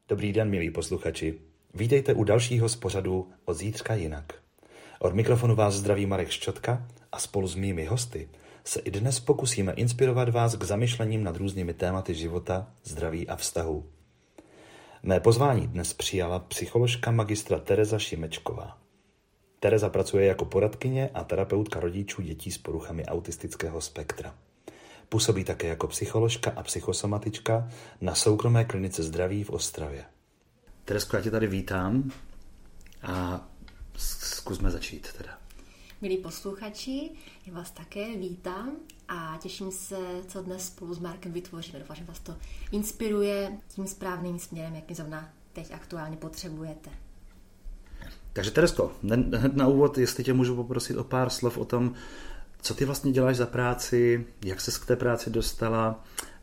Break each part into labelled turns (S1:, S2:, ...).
S1: Dobrý den, milí posluchači. Vítejte u dalšího z pořadu Od zítřka jinak. Od mikrofonu vás zdraví Marek Ščotka a spolu s mými hosty se i dnes pokusíme inspirovat vás k zamyšlením nad různými tématy života, zdraví a vztahu. Mé pozvání dnes přijala psycholožka magistra Tereza Šimečková. Tereza pracuje jako poradkyně a terapeutka rodičů dětí s poruchami autistického spektra. Působí také jako psycholožka a psychosomatička na soukromé klinice zdraví v Ostravě. Terezko, já tě tady vítám a zkusme začít teda.
S2: Milí posluchači, já vás také vítám a těším se, co dnes spolu s Markem vytvoříme. Doufám, že vás to inspiruje tím správným směrem, jaký zrovna teď aktuálně potřebujete.
S1: Takže Terezko, hned na úvod, jestli tě můžu poprosit o pár slov o tom, co ty vlastně děláš za práci, jak ses k té práci dostala,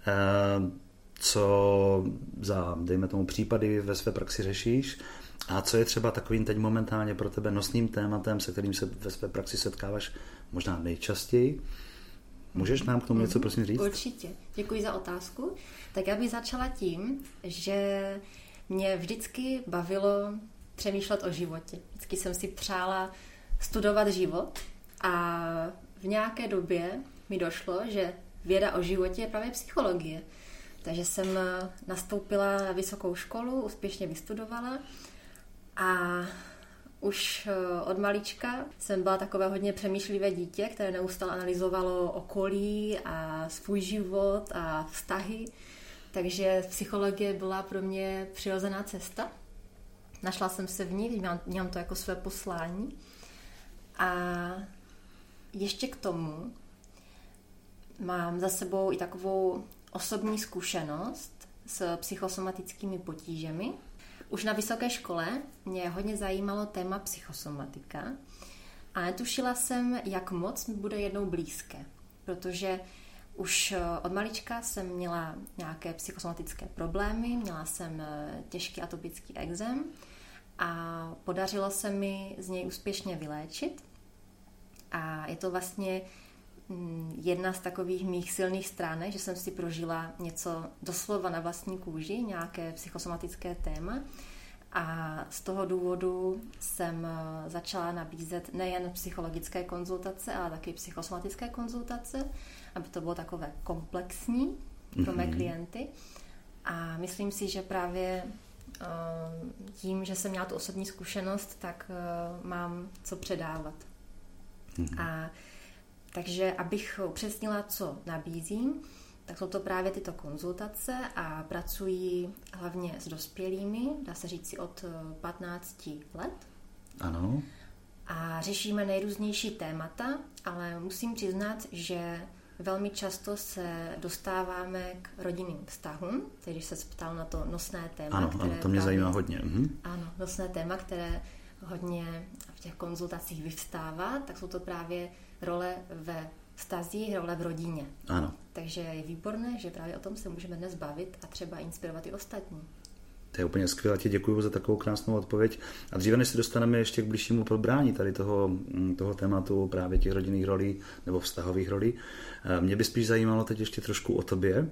S1: co za, dejme tomu, případy ve své praxi řešíš a co je třeba takovým teď momentálně pro tebe nosným tématem, se kterým se ve své praxi setkáváš možná nejčastěji. Můžeš nám k tomu něco prosím říct?
S2: Určitě. Děkuji za otázku. Tak já bych začala tím, že mě vždycky bavilo přemýšlet o životě. Vždycky jsem si přála studovat život a v nějaké době mi došlo, že věda o životě je právě psychologie. Takže jsem nastoupila na vysokou školu, úspěšně vystudovala a už od malička jsem byla takové hodně přemýšlivé dítě, které neustále analyzovalo okolí a svůj život a vztahy. Takže psychologie byla pro mě přirozená cesta. Našla jsem se v ní, měla to jako své poslání. A ještě k tomu mám za sebou i takovou osobní zkušenost s psychosomatickými potížemi. Už na vysoké škole mě hodně zajímalo téma psychosomatika a netušila jsem, jak moc mi bude jednou blízké, protože už od malička jsem měla nějaké psychosomatické problémy, měla jsem těžký atopický ekzém a podařilo se mi z něj úspěšně vyléčit. A je to vlastně jedna z takových mých silných stránek, že jsem si prožila něco doslova na vlastní kůži, nějaké psychosomatické téma. A z toho důvodu jsem začala nabízet nejen psychologické konzultace, ale taky psychosomatické konzultace, aby to bylo takové komplexní pro mé klienty. A myslím si, že právě tím, že jsem měla tu osobní zkušenost, tak mám co předávat. A takže abych upřesnila, co nabízím, tak jsou to právě tyto konzultace a pracuji hlavně s dospělými, dá se říct od 15 let.
S1: Ano.
S2: A řešíme nejrůznější témata, ale musím přiznat, že velmi často se dostáváme k rodinným vztahům, tedy když se ptal na to nosné téma.
S1: Ano,
S2: které
S1: to mě zajímá hodně.
S2: Ano, nosné téma, které hodně v těch konzultacích vyvstává, tak jsou to právě role ve vztazích, role v rodině.
S1: Ano.
S2: Takže je výborné, že právě o tom se můžeme dnes bavit a třeba inspirovat i ostatní.
S1: To je úplně skvělé, ti děkuji za takovou krásnou odpověď. A dříve, než se dostaneme ještě k bližšímu probrání tady toho tématu právě těch rodinných rolí nebo vztahových rolí, mě by spíš zajímalo teď ještě trošku o tobě.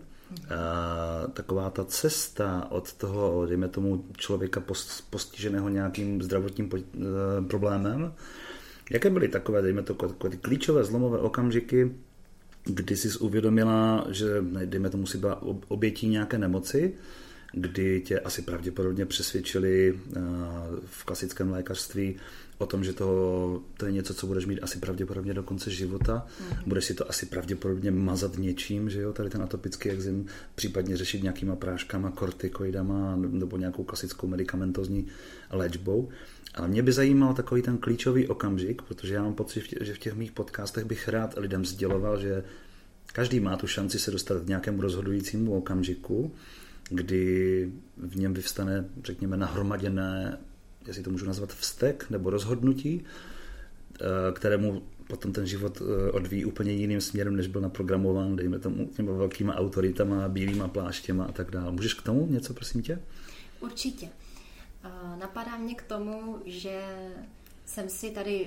S1: Taková ta cesta od toho, dejme tomu, člověka postiženého nějakým zdravotním problémem, jaké byly takové, dejme to, takové klíčové zlomové okamžiky, kdy jsi uvědomila, že, dejme tomu, si byla obětí nějaké nemoci, kdy tě asi pravděpodobně přesvědčili v klasickém lékařství o tom, že to je něco, co budeš mít asi pravděpodobně do konce života. Budeš si to asi pravděpodobně mazat něčím, že jo, tady ten atopický ekzém, případně řešit nějakýma práškama, kortikoidama nebo nějakou klasickou medikamentozní léčbou. Ale mě by zajímal takový ten klíčový okamžik, protože já mám pocit, že v těch mých podcastech bych rád lidem sděloval, že každý má tu šanci se dostat k nějakému rozhodujícímu okamžiku, kdy v něm vyvstane, řekněme, nahromaděné, jestli to můžu nazvat vztek nebo rozhodnutí, kterému potom ten život odvíjí úplně jiným směrem, než byl naprogramován, dejme tomu, těma velkýma autoritama, bílýma pláštěma a tak dále. Můžeš k tomu něco, prosím tě?
S2: Určitě. Napadá mě k tomu, že jsem si tady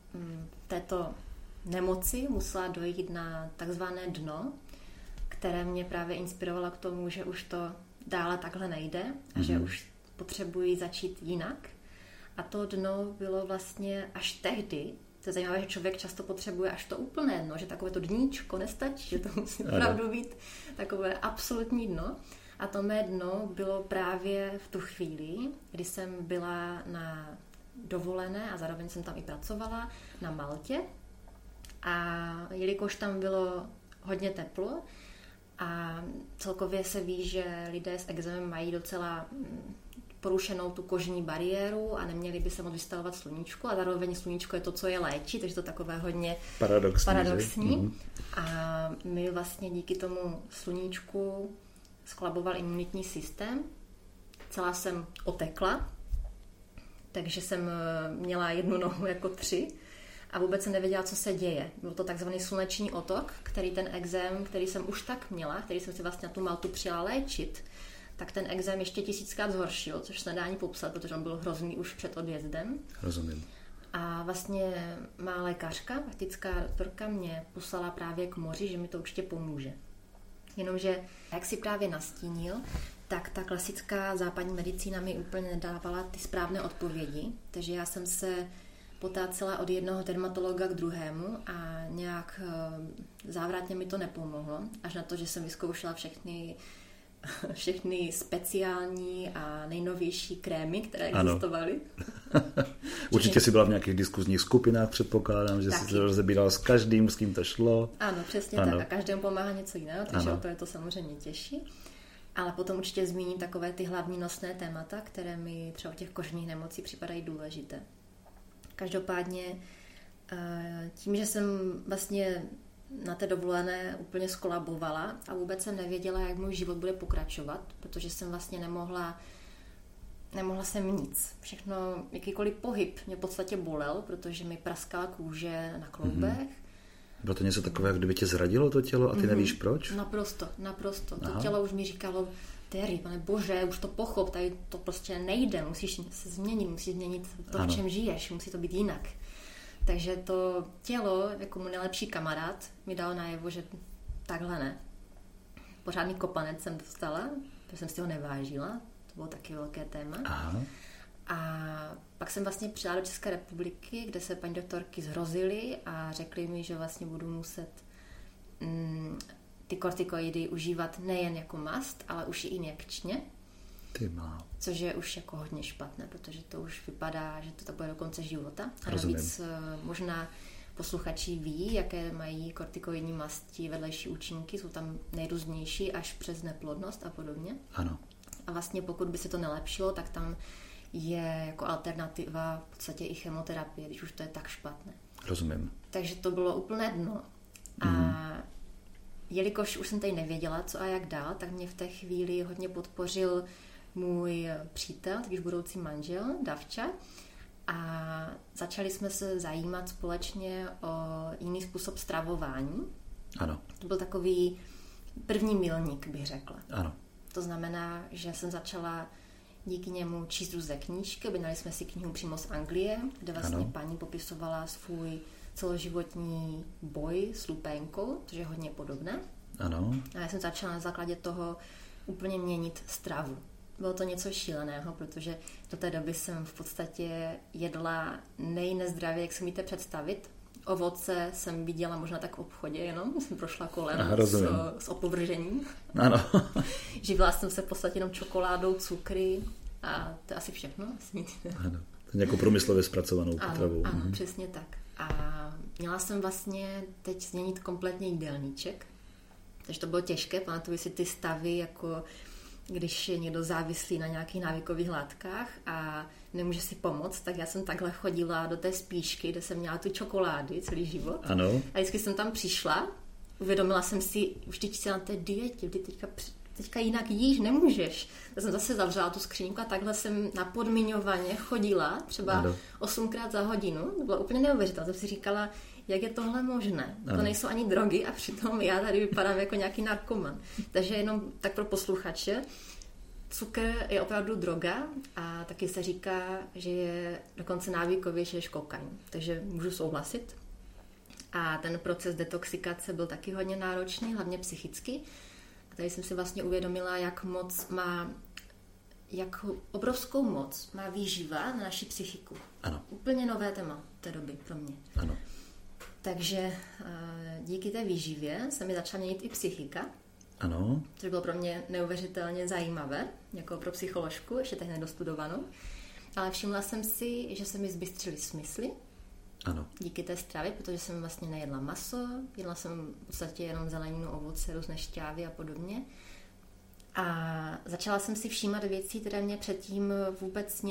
S2: této nemoci musela dojít na takzvané dno, které mě právě inspirovalo k tomu, že už to dále takhle nejde a že už potřebuji začít jinak. A to dno bylo vlastně až tehdy. To je zajímavé, že člověk často potřebuje až to úplné dno, že takové to dníčko nestačí, že to musí opravdu být takové absolutní dno. A to mé dno bylo právě v tu chvíli, kdy jsem byla na dovolené a zároveň jsem tam i pracovala na Maltě. A jelikož tam bylo hodně teplo a celkově se ví, že lidé s ekzémem mají docela porušenou tu kožní bariéru a neměli by se moc vystavovat sluníčku a zároveň sluníčko je to, co je léčí, takže to je takové hodně paradoxní. A my vlastně díky tomu sluníčku zklaboval imunitní systém. Celá jsem otekla, takže jsem měla jednu nohu jako 3 a vůbec jsem nevěděla, co se děje. Byl to takzvaný sluneční otok, který ten ekzém, který jsem už tak měla, který jsem si vlastně na tu Maltu přijala léčit, tak ten ekzém ještě 1000krát zhoršil, což se nedá ani popsat, protože on byl hrozný už před odjezdem.
S1: Rozumím.
S2: A vlastně má lékařka, praktická doktorka, mě poslala právě k moři, že mi to určitě pomůže. Jenomže, jak si právě nastínil, tak ta klasická západní medicína mi úplně nedávala ty správné odpovědi, takže já jsem se potácela od jednoho dermatologa k druhému a nějak závratně mi to nepomohlo, až na to, že jsem vyzkoušela všechny speciální a nejnovější krémy, které existovaly.
S1: Určitě jsi byla v nějakých diskuzních skupinách, předpokládám, že jsi to rozebírala s každým, s kým to šlo.
S2: Ano, přesně tak. A každému pomáhá něco jiného, takže to je to samozřejmě těžší. Ale potom určitě zmíním takové ty hlavní nosné témata, které mi třeba u těch kožních nemocí připadají důležité. Každopádně tím, že jsem vlastně na té dovolené úplně skolabovala a vůbec jsem nevěděla, jak můj život bude pokračovat, protože jsem vlastně nemohla jsem nic. Všechno, jakýkoliv pohyb mě v podstatě bolel, protože mi praskala kůže na kloubech.
S1: Bylo to něco takového, kdyby tě zradilo to tělo a ty nevíš proč?
S2: Naprosto. To tělo už mi říkalo, Terry, pane bože, už to pochop, tady to prostě nejde, musíš se změnit, musíš změnit to, v čem žiješ, musí to být jinak. Takže to tělo, jako můj nejlepší kamarád, mi dalo najevo, že takhle ne. Pořádný kopanec jsem dostala, protože jsem si ho nevážila, to bylo taky velké téma.
S1: Aha.
S2: A pak jsem vlastně přijela do České republiky, kde se paní doktorky zhrozily a řekli mi, že vlastně budu muset ty kortikoidy užívat nejen jako mast, ale už i injekčně. Což je už jako hodně špatné, protože to už vypadá, že to bude do konce života. A navíc možná posluchači ví, jaké mají kortikoidní masti vedlejší účinky, jsou tam nejrůznější až přes neplodnost a podobně.
S1: Ano.
S2: A vlastně pokud by se to nelepšilo, tak tam je jako alternativa v podstatě i chemoterapie, když už to je tak špatné.
S1: Rozumím.
S2: Takže to bylo úplné dno. A jelikož už jsem tady nevěděla, co a jak dál, tak mě v té chvíli hodně podpořil můj přítel, teď už budoucí manžel, Davča, a začali jsme se zajímat společně o jiný způsob stravování.
S1: Ano.
S2: To byl takový první milník, bych řekla.
S1: Ano.
S2: To znamená, že jsem začala díky němu číst různé knížky, objednali jsme si knihu přímo z Anglie, kde vlastně paní popisovala svůj celoživotní boj s lupénkou, což je hodně podobné.
S1: Ano.
S2: A já jsem začala na základě toho úplně měnit stravu. Bylo to něco šíleného, protože do té doby jsem v podstatě jedla nejnezdravě, jak si umíte představit. Ovoce jsem viděla možná tak v obchodě jenom, jsem prošla kolem s opovržením.
S1: Ano.
S2: Živila jsem se v podstatě jenom čokoládou, cukry a to je asi všechno.
S1: Ano, to je jako průmyslově zpracovanou potravou.
S2: Ano, přesně tak. A měla jsem vlastně teď změnit kompletně jídelníček, takže to bylo těžké, pamatuju si ty stavy, jako když je někdo závislý na nějakých návykových látkách a nemůže si pomoct, tak já jsem takhle chodila do té spíšky, kde jsem měla tu čokolády celý život.
S1: Ano.
S2: A vždycky jsem tam přišla, uvědomila jsem si, už teď jsi na té dietě, teďka jinak jíš, nemůžeš. Já jsem zase zavřela tu skříňku a takhle jsem napodmiňovaně chodila, třeba 8krát za hodinu. To bylo úplně neuvěřitelné. Jsem si říkala, jak je tohle možné. Ano. To nejsou ani drogy a přitom já tady vypadám jako nějaký narkoman. Takže jenom tak pro posluchače, cukr je opravdu droga a taky se říká, že je dokonce návykovější než kokain. Takže můžu souhlasit. A ten proces detoxikace byl taky hodně náročný, hlavně psychicky. A tady jsem si vlastně uvědomila, jak obrovskou moc má výživa na naši psychiku.
S1: Ano.
S2: Úplně nové téma v té doby pro mě.
S1: Ano.
S2: Takže díky té výživě se mi začala měnit i psychika.
S1: Ano.
S2: Což bylo pro mě neuvěřitelně zajímavé, jako pro psycholožku, ještě tehdy nedostudovanou. Ale všimla jsem si, že se mi zbystřily smysly.
S1: Ano.
S2: Díky té stravě, protože jsem vlastně nejedla maso, jedla jsem v podstatě jenom zeleninu, ovoce, různé šťávy a podobně. A začala jsem si všímat věcí, které mě předtím vůbec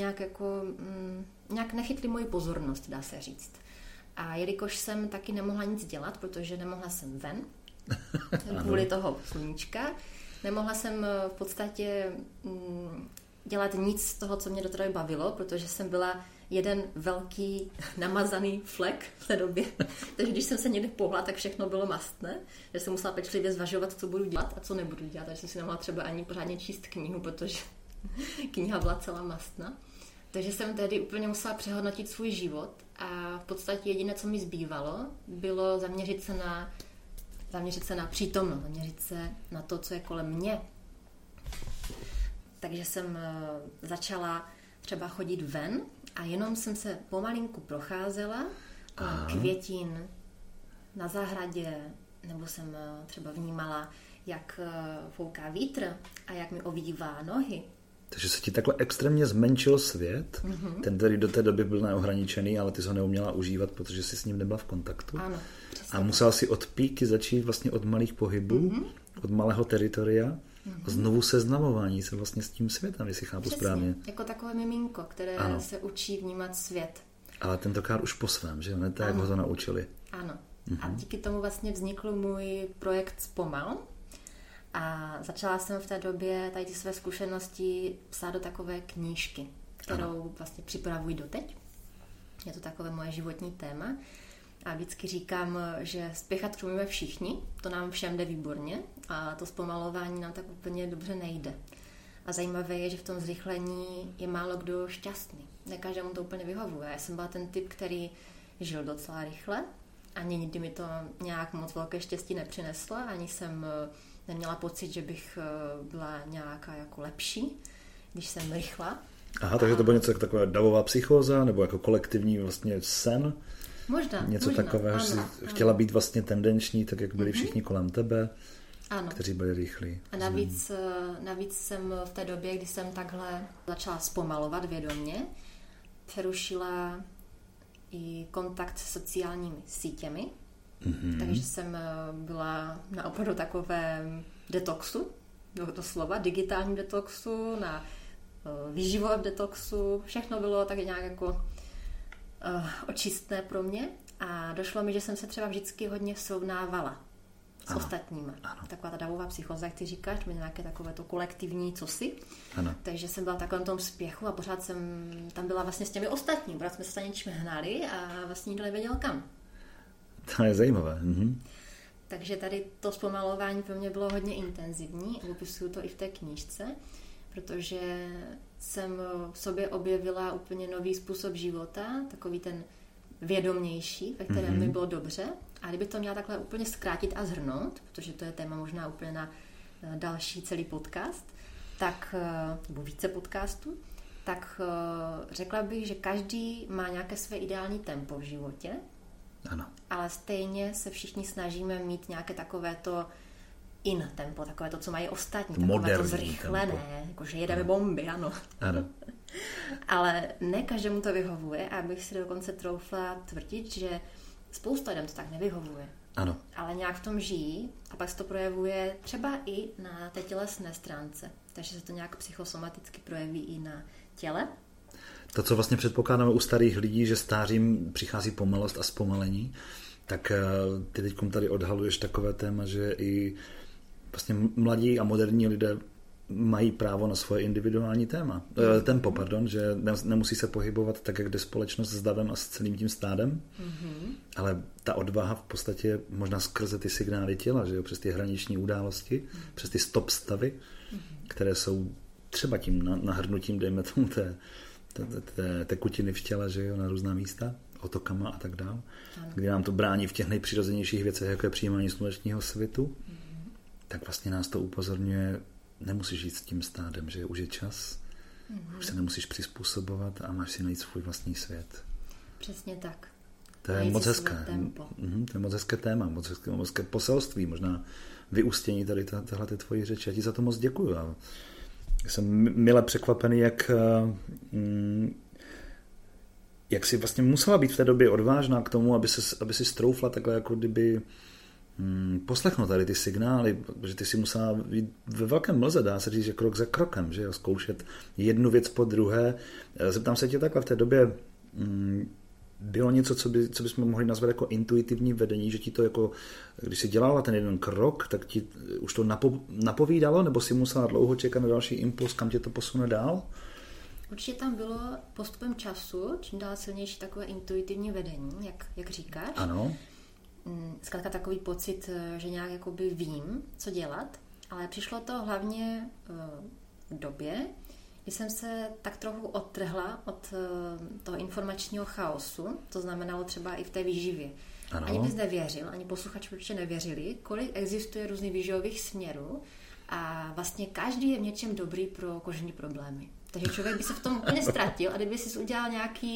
S2: nějak nechytly moji pozornost, dá se říct. A jelikož jsem taky nemohla nic dělat, protože nemohla jsem ven, kvůli toho sluníčka, nemohla jsem v podstatě dělat nic z toho, co mě do té doby bavilo, protože jsem byla jeden velký namazaný flek v té době. Takže když jsem se někde pohla, tak všechno bylo mastné, že jsem musela pečlivě zvažovat, co budu dělat a co nebudu dělat. Takže jsem si nemohla třeba ani pořádně číst knihu, protože kniha byla celá mastná. Takže jsem tehdy úplně musela přehodnotit svůj život a v podstatě jediné, co mi zbývalo, bylo zaměřit se na přítomnost, zaměřit se na to, co je kolem mě. Takže jsem začala třeba chodit ven a jenom jsem se pomalinku procházela květin na zahradě, nebo jsem třeba vnímala, jak fouká vítr a jak mi ovívá nohy.
S1: Takže se ti takhle extrémně zmenšil svět, ten, který do té doby byl neohraničený, ale ty jsi ho neuměla užívat, protože jsi s ním nebyla v kontaktu.
S2: Ano,
S1: a musela si od píky začít vlastně od malých pohybů, od malého teritoria a znovu seznamování se vlastně s tím světem, jestli chápu správně.
S2: Jako takové miminko, které se učí vnímat svět.
S1: Ale tentokrát už po svém, že jo? Ne tak, jak ho to naučili.
S2: Ano. A díky tomu vlastně vznikl můj projekt Zpomal. A začala jsem v té době tady ty své zkušenosti psát do takové knížky, kterou vlastně připravuji doteď. Je to takové moje životní téma. A vždycky říkám, že spěchat umíme všichni, to nám všem jde výborně a to zpomalování nám tak úplně dobře nejde. A zajímavé je, že v tom zrychlení je málo kdo šťastný. Ne každému to úplně vyhovuje. Já jsem byla ten typ, který žil docela rychle, ani nikdy mi to nějak moc velké štěstí nepřineslo, ani jsem neměla pocit, že bych byla nějaká jako lepší, když jsem rychla.
S1: Aha, takže to bylo něco jako taková davová psychóza, nebo jako kolektivní vlastně sen?
S2: Možná.
S1: Něco takového, že jsi chtěla být vlastně tendenční, tak jak byli všichni kolem tebe, kteří byli rychlí.
S2: A navíc jsem v té době, kdy jsem takhle začala zpomalovat vědomě, přerušila i kontakt s sociálními sítěmi, takže jsem byla na opravdu takovém detoxu, doslova digitálním detoxu, na výživovém detoxu, všechno bylo tak nějak jako očistné pro mě a došlo mi, že jsem se třeba vždycky hodně srovnávala s ostatními. Taková ta davová psychóza, jak ty říkáš, to nějaké takové to kolektivní cosi.
S1: Ano.
S2: Takže jsem byla v takovém tom spěchu a pořád jsem tam byla vlastně s těmi ostatními. Pořád jsme se za něčím hnali a vlastně nikdo nevěděl kam.
S1: To je zajímavé.
S2: Takže tady to zpomalování pro mě bylo hodně intenzivní. Popisuju to i v té knížce, protože jsem v sobě objevila úplně nový způsob života, takový ten vědomější, ve kterém mi bylo dobře. A kdyby to měla takhle úplně zkrátit a shrnout, protože to je téma možná úplně na další celý podcast, tak, nebo více podcastů, tak řekla bych, že každý má nějaké své ideální tempo v životě, ale stejně se všichni snažíme mít nějaké takovéto tempo, takové to, co mají ostatní, takové to zrychlené, jakože jedeme bomby, ano. Ale ne každému to vyhovuje a bych si dokonce troufla tvrdit, že spousta lidem to tak nevyhovuje.
S1: Ano.
S2: Ale nějak v tom žijí a pak se to projevuje třeba i na té tělesné stránce. Takže se to nějak psychosomaticky projeví i na těle.
S1: To, co vlastně předpokládáme u starých lidí, že stářím přichází pomalost a zpomalení, tak ty teď tady odhaluješ takové téma, že i vlastně mladí a moderní lidé mají právo na svoje individuální tempo, že nemusí se pohybovat tak, jak jde společnost s davem a s celým tím stádem, ale ta odvaha v podstatě možná skrze ty signály těla, že jo, přes ty hraniční události, přes ty stop stavy, které jsou třeba tím nahrnutím, dejme tomu té tekutiny v těle, že jo, na různá místa, otokama a tak dále, kdy nám to brání v těch nejpřirozenějších věcech, jako je přijímání slunečního svitu. tak vlastně nás to upozorňuje, nemusíš jít s tím stádem, že už je čas, už se nemusíš přizpůsobovat a máš si najít svůj vlastní svět.
S2: Přesně tak.
S1: To je moc hezké. To je moc hezké téma, moc hezké poselství, možná vyústění tady tohle tvojí řeči. Já ti za to moc děkuju. Já jsem mile překvapený, jak jsi vlastně musela být v té době odvážná k tomu, aby si stroufla takhle jako kdyby poslechnout tady ty signály, že ty si musela být ve velkém mlze, dá se říct, že krok za krokem, že jo, zkoušet jednu věc po druhé. Zeptám se tě takhle, v té době bylo něco, co bychom mohli nazvat jako intuitivní vedení, že ti to jako, když jsi dělala ten jeden krok, tak ti už to napovídalo, nebo si musela dlouho čekat na další impuls, kam tě to posune dál?
S2: Určitě tam bylo postupem času čím dál silnější takové intuitivní vedení, jak říkáš.
S1: Ano.
S2: Zkrátka takový pocit, že nějak jakoby vím, co dělat, ale přišlo to hlavně v době, kdy jsem se tak trochu odtrhla od toho informačního chaosu, to znamenalo třeba i v té výživě. Ano. Ani bys nevěřil, ani posluchači určitě nevěřili, kolik existuje různých výživových směrů a vlastně každý je v něčem dobrý pro kožní problémy. Takže člověk by se v tom úplně ztratil a kdyby si udělal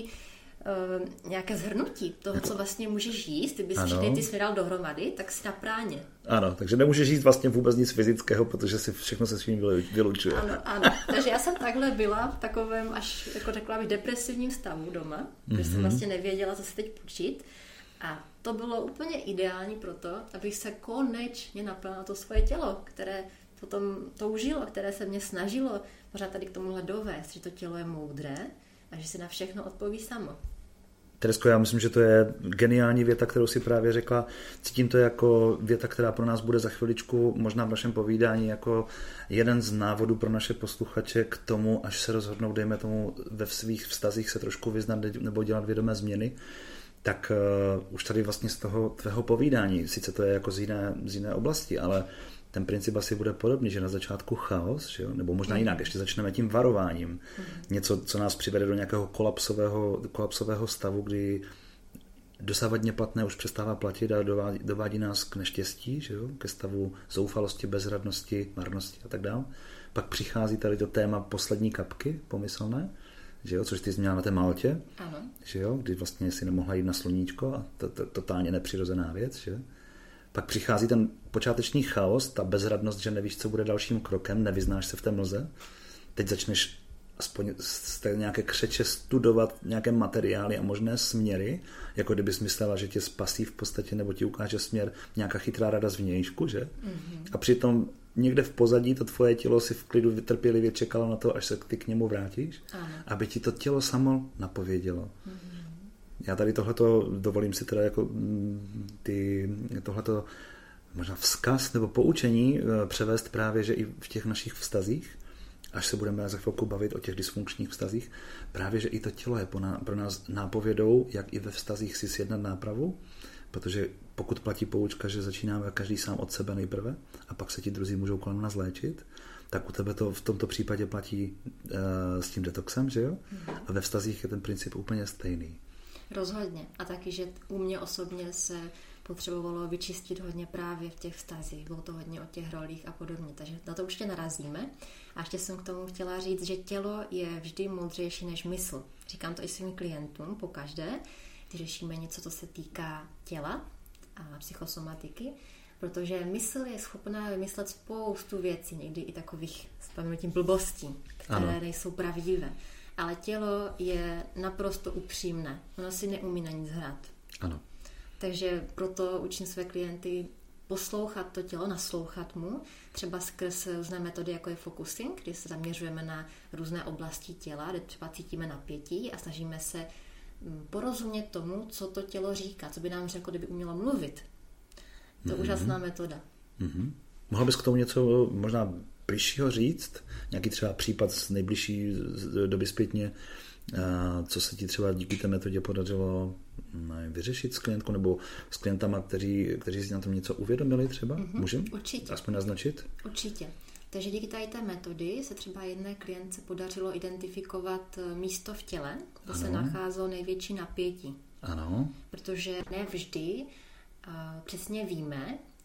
S2: nějaké shrnutí toho, co vlastně můžeš jíst, kdyby si všechny ty směral dohromady, tak si na práně.
S1: Ano, takže nemůžeš jíst vlastně vůbec nic fyzického, protože si všechno se svým vylučuje.
S2: Ano. Takže já jsem takhle byla v takovém až, jako řekla bych, depresivním stavu doma, kde jsem vlastně nevěděla, co se teď počít. A to bylo úplně ideální pro to, abych se konečně naplnila to svoje tělo, které potom toužilo, které se mě snažilo pořád tady k tomuhle dovést, že to tělo je moudré a že si na všechno odpoví samo.
S1: Teresko, já myslím, že to je geniální věta, kterou si právě řekla. Cítím to jako věta, která pro nás bude za chviličku, možná v našem povídání, jako jeden z návodů pro naše posluchače k tomu, až se rozhodnou, dejme tomu, ve svých vztazích se trošku vyznat nebo dělat vědomé změny, tak už tady vlastně z toho tvého povídání, sice to je jako z jiné oblasti, ale ten princip asi bude podobný, že na začátku chaos, že jo? Nebo možná jinak, ještě začneme tím varováním. Něco, co nás přivede do nějakého kolapsového stavu, kdy dosavadně platné už přestává platit a dovádí nás k neštěstí, že jo? Ke stavu zoufalosti, bezradnosti, marnosti a tak dále. Pak přichází tady to téma poslední kapky pomyslné, že jo? Což ty jsi měla na té Maltě,
S2: ano.
S1: Že jo? Kdy vlastně si nemohla jít na sluníčko a to totálně nepřirozená věc, že? Pak přichází ten počáteční chaos, ta bezradnost, že nevíš, co bude dalším krokem, nevyznáš se v té mlze. Teď začneš aspoň z té nějaké křeče studovat nějaké materiály a možné směry, jako kdybys myslela, že tě spasí v podstatě, nebo ti ukáže směr nějaká chytrá rada zvnějšku, že? Mm-hmm. A přitom někde v pozadí to tvoje tělo si v klidu trpělivě čekalo na to, až se ty k němu vrátíš, aby ti to tělo samo napovědělo. Mm-hmm. Já tady tohleto, dovolím si teda jako tohleto možná vzkaz nebo poučení převést právě, že i v těch našich vztazích, až se budeme za chvilku bavit o těch dysfunkčních vztazích, právě, že i to tělo je pro nás nápovědou, jak i ve vztazích si sjednat nápravu, protože pokud platí poučka, že začínáme každý sám od sebe nejprve a pak se ti druzí můžou kolem nás léčit, tak u tebe to v tomto případě platí s tím detoxem, že jo? A ve vztazích je ten princip úplně stejný.
S2: Rozhodně. A taky, že u mě osobně se potřebovalo vyčistit hodně právě v těch vztazích. Bylo to hodně o těch rolích a podobně. Takže na to určitě narazíme. A ještě jsem k tomu chtěla říct, že tělo je vždy moudřejší než mysl. Říkám to i svým klientům pokaždé, když řešíme něco, co se týká těla a psychosomatiky, protože mysl je schopná vymyslet spoustu věcí, někdy i takových vzpomenutím blbostí, které nejsou pravdivé. Ale tělo je naprosto upřímné. Ono si neumí na nic hrát.
S1: Ano.
S2: Takže proto učím své klienty poslouchat to tělo, naslouchat mu, třeba skrz různé metody, jako je focusing, kdy se zaměřujeme na různé oblasti těla, kde třeba cítíme napětí a snažíme se porozumět tomu, co to tělo říká, co by nám řeklo, kdyby umělo mluvit. To je úžasná metoda.
S1: Mm-hmm. Mohla bys k tomu něco možná bližšího říct? Nějaký třeba případ z nejbližší doby zpětně, co se ti třeba díky té metodě podařilo vyřešit s klientkou nebo s klientama, kteří si na tom něco uvědomili třeba? Můžem?
S2: Určitě.
S1: Aspoň naznačit?
S2: Určitě. Takže díky tady té metody se třeba jedné klientce podařilo identifikovat místo v těle, kde se nacházelo největší napětí.
S1: Ano.
S2: Protože ne vždy přesně víme,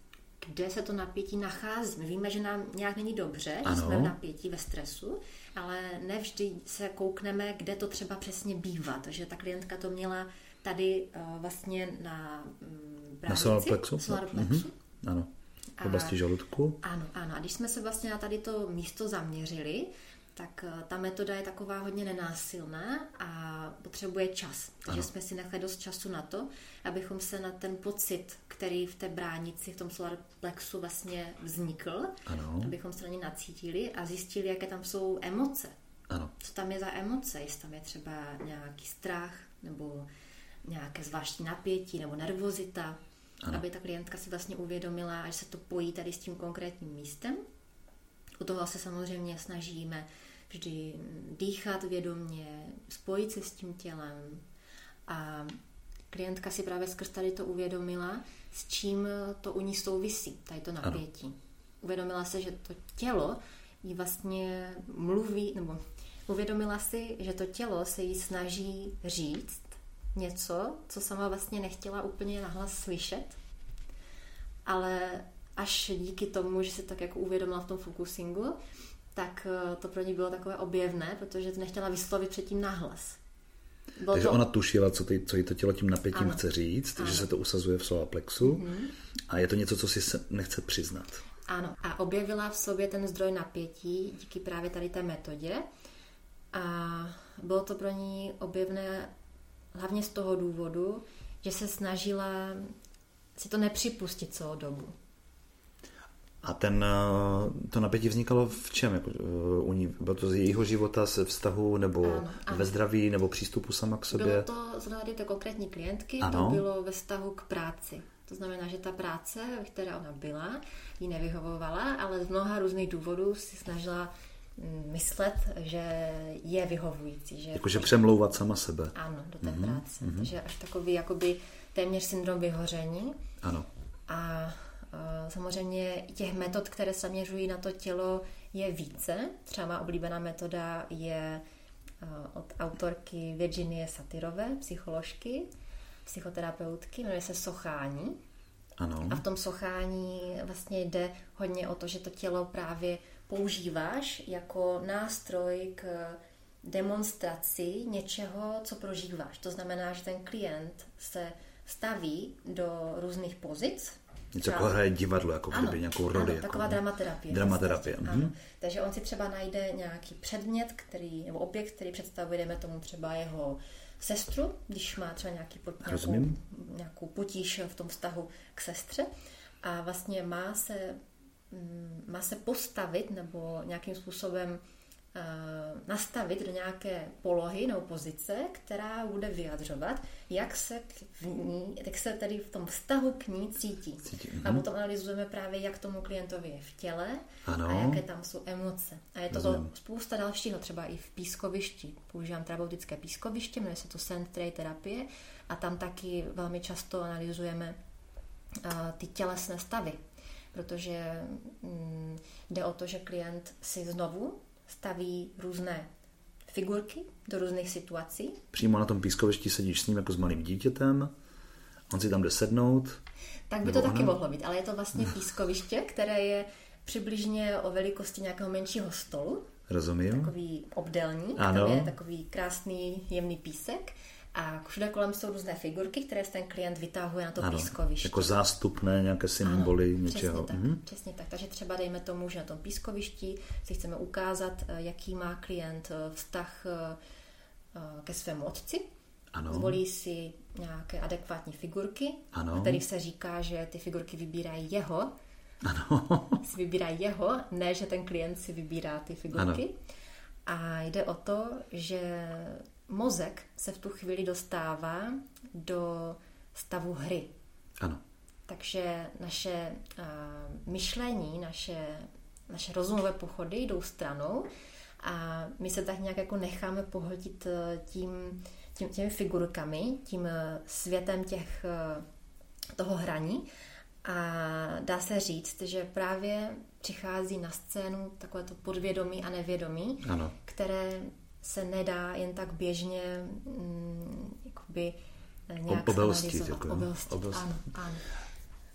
S2: kde se to napětí nachází. My víme, že nám nějak není dobře,
S1: ano.
S2: že jsme v napětí, ve stresu, ale nevždy se koukneme, kde to třeba přesně bývá. Takže ta klientka to měla tady vlastně na bránici.
S1: Solarplexu. Ano. V oblasti žaludku.
S2: Ano. A když jsme se vlastně na tady to místo zaměřili, tak ta metoda je taková hodně nenásilná a potřebuje čas. Takže jsme si nechali dost času na to, abychom se na ten pocit, který v té bránici, v tom solarplexu vlastně vznikl, abychom se na ně nacítili a zjistili, jaké tam jsou emoce.
S1: Ano.
S2: Co tam je za emoce, jestli tam je třeba nějaký strach nebo nějaké zvláštní napětí nebo nervozita, aby ta klientka si vlastně uvědomila, že se to pojí tady s tím konkrétním místem. U toho se samozřejmě snažíme vždy dýchat vědomě, spojit se s tím tělem a klientka si právě skrz tady to uvědomila, s čím to u ní souvisí, tady to napětí. Ano. Uvědomila se, že to tělo jí vlastně mluví, nebo uvědomila si, že to tělo se jí snaží říct něco, co sama vlastně nechtěla úplně nahlas slyšet, ale až díky tomu, že se tak jako uvědomila v tom focusingu, tak to pro ní bylo takové objevné, protože to nechtěla vyslovit předtím nahlas.
S1: Takže ona tušila, co jí to tělo tím napětím chce říct, že se to usazuje v solarplexu a je to něco, co si se nechce přiznat.
S2: Ano, a objevila v sobě ten zdroj napětí díky právě tady té metodě a bylo to pro ní objevné hlavně z toho důvodu, že se snažila si to nepřipustit celou dobu.
S1: A to napětí vznikalo v čem? Jako, u ní? Bylo to z jejího života, se vztahu, nebo ano. ve zdraví, nebo přístupu sama k sobě?
S2: Bylo to z hlediska té konkrétní klientky, to bylo ve vztahu k práci. To znamená, že ta práce, která ona byla, jí nevyhovovala, ale z mnoha různých důvodů si snažila myslet, že je vyhovující.
S1: Jakože přemlouvat sama sebe.
S2: Ano, do té práce. Takže až takový jakoby téměř syndrom vyhoření.
S1: Ano.
S2: A samozřejmě těch metod, které se zaměřují na to tělo, je více. Třeba má oblíbená metoda je od autorky Virginie Satyrové, psycholožky, psychoterapeutky, jmenuje se sochání.
S1: Ano.
S2: A v tom sochání vlastně jde hodně o to, že to tělo právě používáš jako nástroj k demonstraci něčeho, co prožíváš. To znamená, že ten klient se staví do různých pozic.
S1: Něco jako hraje divadlo, jako kdyby nějakou roli.
S2: Ano, taková dramaterapie.
S1: Dramaterapie.
S2: Ano. Takže on si třeba najde nějaký předmět, nebo objekt, který představuje, dejme tomu třeba jeho sestru, když má třeba nějakou potíž v tom vztahu k sestře a vlastně má se postavit nebo nějakým způsobem nastavit do nějaké polohy nebo pozice, která bude vyjadřovat, jak se tady v tom vztahu k ní cítí. A potom analyzujeme právě, jak tomu klientovi je v těle a jaké tam jsou emoce. A je to spousta dalšího, třeba i v pískovišti. Používám terapeutické pískoviště, jmenuje se to Sand Tray terapie a tam taky velmi často analyzujeme ty tělesné stavy, protože jde o to, že klient si znovu staví různé figurky do různých situací.
S1: Přímo na tom pískovišti sedíš s ním jako s malým dítětem, on si tam jde sednout.
S2: Tak by to taky mohlo být, ale je to vlastně pískoviště, které je přibližně o velikosti nějakého menšího stolu.
S1: Rozumím.
S2: Takový obdélník, tam je takový krásný, jemný písek a všude kolem jsou různé figurky, které ten klient vytahuje na to pískoviště.
S1: Jako zástupné nějaké symboly něčeho.
S2: Přesně tak. Takže třeba dejme tomu, že na tom pískovišti si chceme ukázat, jaký má klient vztah ke svému otci.
S1: Ano.
S2: Zvolí si nějaké adekvátní figurky, o kterých se říká, že ty figurky vybírají jeho. Si vybírají jeho, ne, že ten klient si vybírá ty figurky. Ano. A jde o to, že mozek se v tu chvíli dostává do stavu hry.
S1: Ano.
S2: Takže naše myšlení, naše rozumové pochody jdou stranou a my se tak nějak jako necháme pohltit těmi figurkami, tím světem toho hraní. A dá se říct, že právě přichází na scénu takové to podvědomí a nevědomí, které se nedá jen tak běžně jakoby nějak
S1: obelstít.
S2: Obelstít. Ano.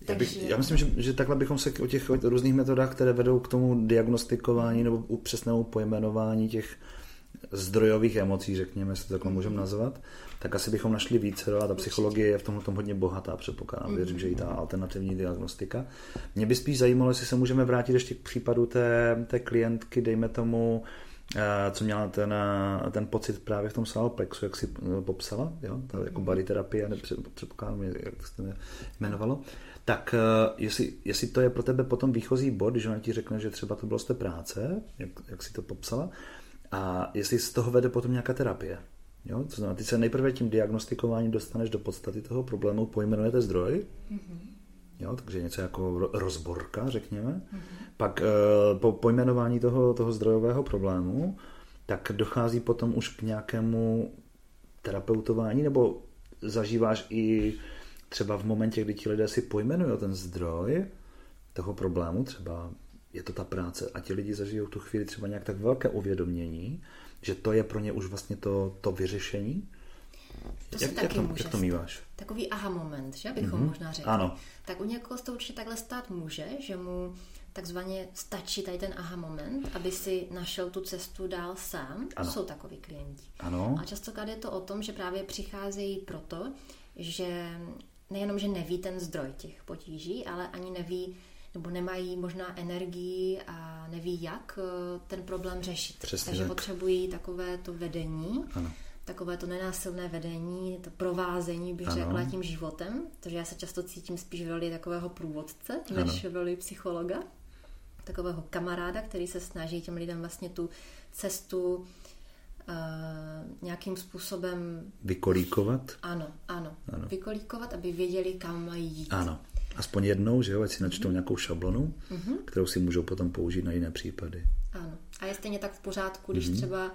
S1: Já myslím, že takhle bychom se o těch různých metodách, které vedou k tomu diagnostikování nebo přesnému pojmenování těch zdrojových emocí, řekněme, jestli to takhle můžeme nazvat, tak asi bychom našli více a ta psychologie je v tomhle hodně bohatá, předpokládám. Věřím, že i ta alternativní diagnostika. Mě by spíš zajímalo, jestli se můžeme vrátit ještě k případu té klientky, dejme tomu, co měla ten pocit právě v tom solarplexu, jak si popsala, jo? Ta jako body terapie, předpokládám, jak se to jmenovalo. Tak jestli to je pro tebe potom výchozí bod, že ona ti řekne, že třeba to bylo z té práce, jak si to popsala, a jestli z toho vede potom nějaká terapie. Jo? To znamená, ty se nejprve tím diagnostikováním dostaneš do podstaty toho problému, pojmenujete zdroj, jo? Takže něco jako rozborka, řekněme. Pak po pojmenování toho zdrojového problému, tak dochází potom už k nějakému terapeutování, nebo zažíváš i třeba v momentě, kdy ti lidé si pojmenují ten zdroj toho problému, třeba je to ta práce a ti lidi zažijou tu chvíli třeba nějak tak velké uvědomění, že to je pro ně už vlastně to vyřešení. Jak to míváš?
S2: Takový aha moment, že bychom možná řekli.
S1: Ano.
S2: Tak u někoho to určitě takhle stát může, že mu takzvaně stačí tady ten aha moment, aby si našel tu cestu dál sám. To jsou takový klienti.
S1: Ano.
S2: A častokrát je to o tom, že právě přicházejí proto, že nejenom, že neví ten zdroj těch potíží, ale ani neví, nebo nemají možná energii a neví, jak ten problém řešit.
S1: Přesně
S2: takže
S1: tak.
S2: Potřebují takové to vedení, takové to nenásilné vedení, to provázení, bych řekla, tím životem. Takže já se často cítím spíš v roli takového průvodce, než v roli psychologa. Takového kamaráda, který se snaží těm lidem vlastně tu cestu nějakým způsobem
S1: vykolíkovat.
S2: Ano. Vykolíkovat, aby věděli, kam mají jít.
S1: Ano. Aspoň jednou, že jo, ať si načtou nějakou šablonu, kterou si můžou potom použít na jiné případy.
S2: Ano. A je stejně tak v pořádku, když třeba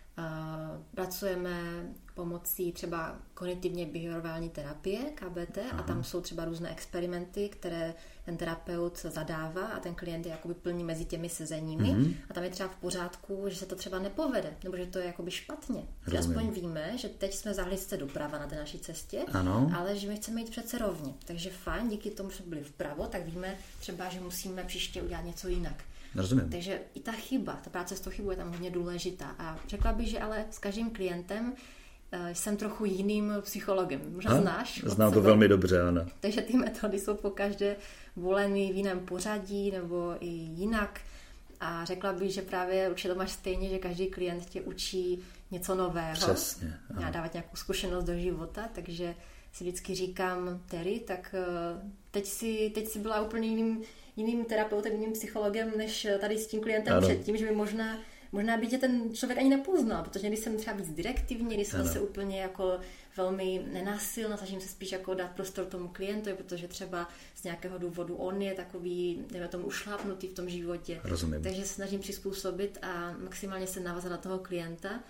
S2: pracujeme pomocí třeba kognitivně behaviorální terapie, KBT, a tam jsou třeba různé experimenty, které ten terapeut zadává a ten klient je jakoby plní mezi těmi sezeními a tam je třeba v pořádku, že se to třeba nepovede, nebo že to je jakoby špatně. Že aspoň víme, že teď jsme zahli se doprava na té naší cestě, ale že my chceme jít přece rovně. Takže fajn, díky tomu, že jsme byli vpravo, tak víme třeba, že musíme příště udělat něco jinak.
S1: Rozumím.
S2: Takže i ta chyba, ta práce s tou chybou je tam hodně důležitá. A řekla bych, že ale s každým klientem jsem trochu jiným psychologem. Možná znáš?
S1: Znám to velmi dobře, ano.
S2: Takže ty metody jsou po každé voleny v jiném pořadí nebo i jinak. A řekla bych, že právě určitě to máš stejně, že každý klient tě učí něco nového.
S1: Přesně.
S2: A dávat nějakou zkušenost do života, takže si vždycky říkám, Terry, tak teď si byla úplně jiným terapeutem, jiným psychologem, než tady s tím klientem předtím, že by možná by tě ten člověk ani nepoznal, protože když jsem třeba víc direktivní, když jsem se úplně jako velmi nenásilná, snažím se spíš jako dát prostor tomu klientovi, protože třeba z nějakého důvodu on je takový, dejme tomu, ušlápnutý v tom životě.
S1: Rozumím.
S2: Takže se snažím přizpůsobit a maximálně se navázat na toho klienta.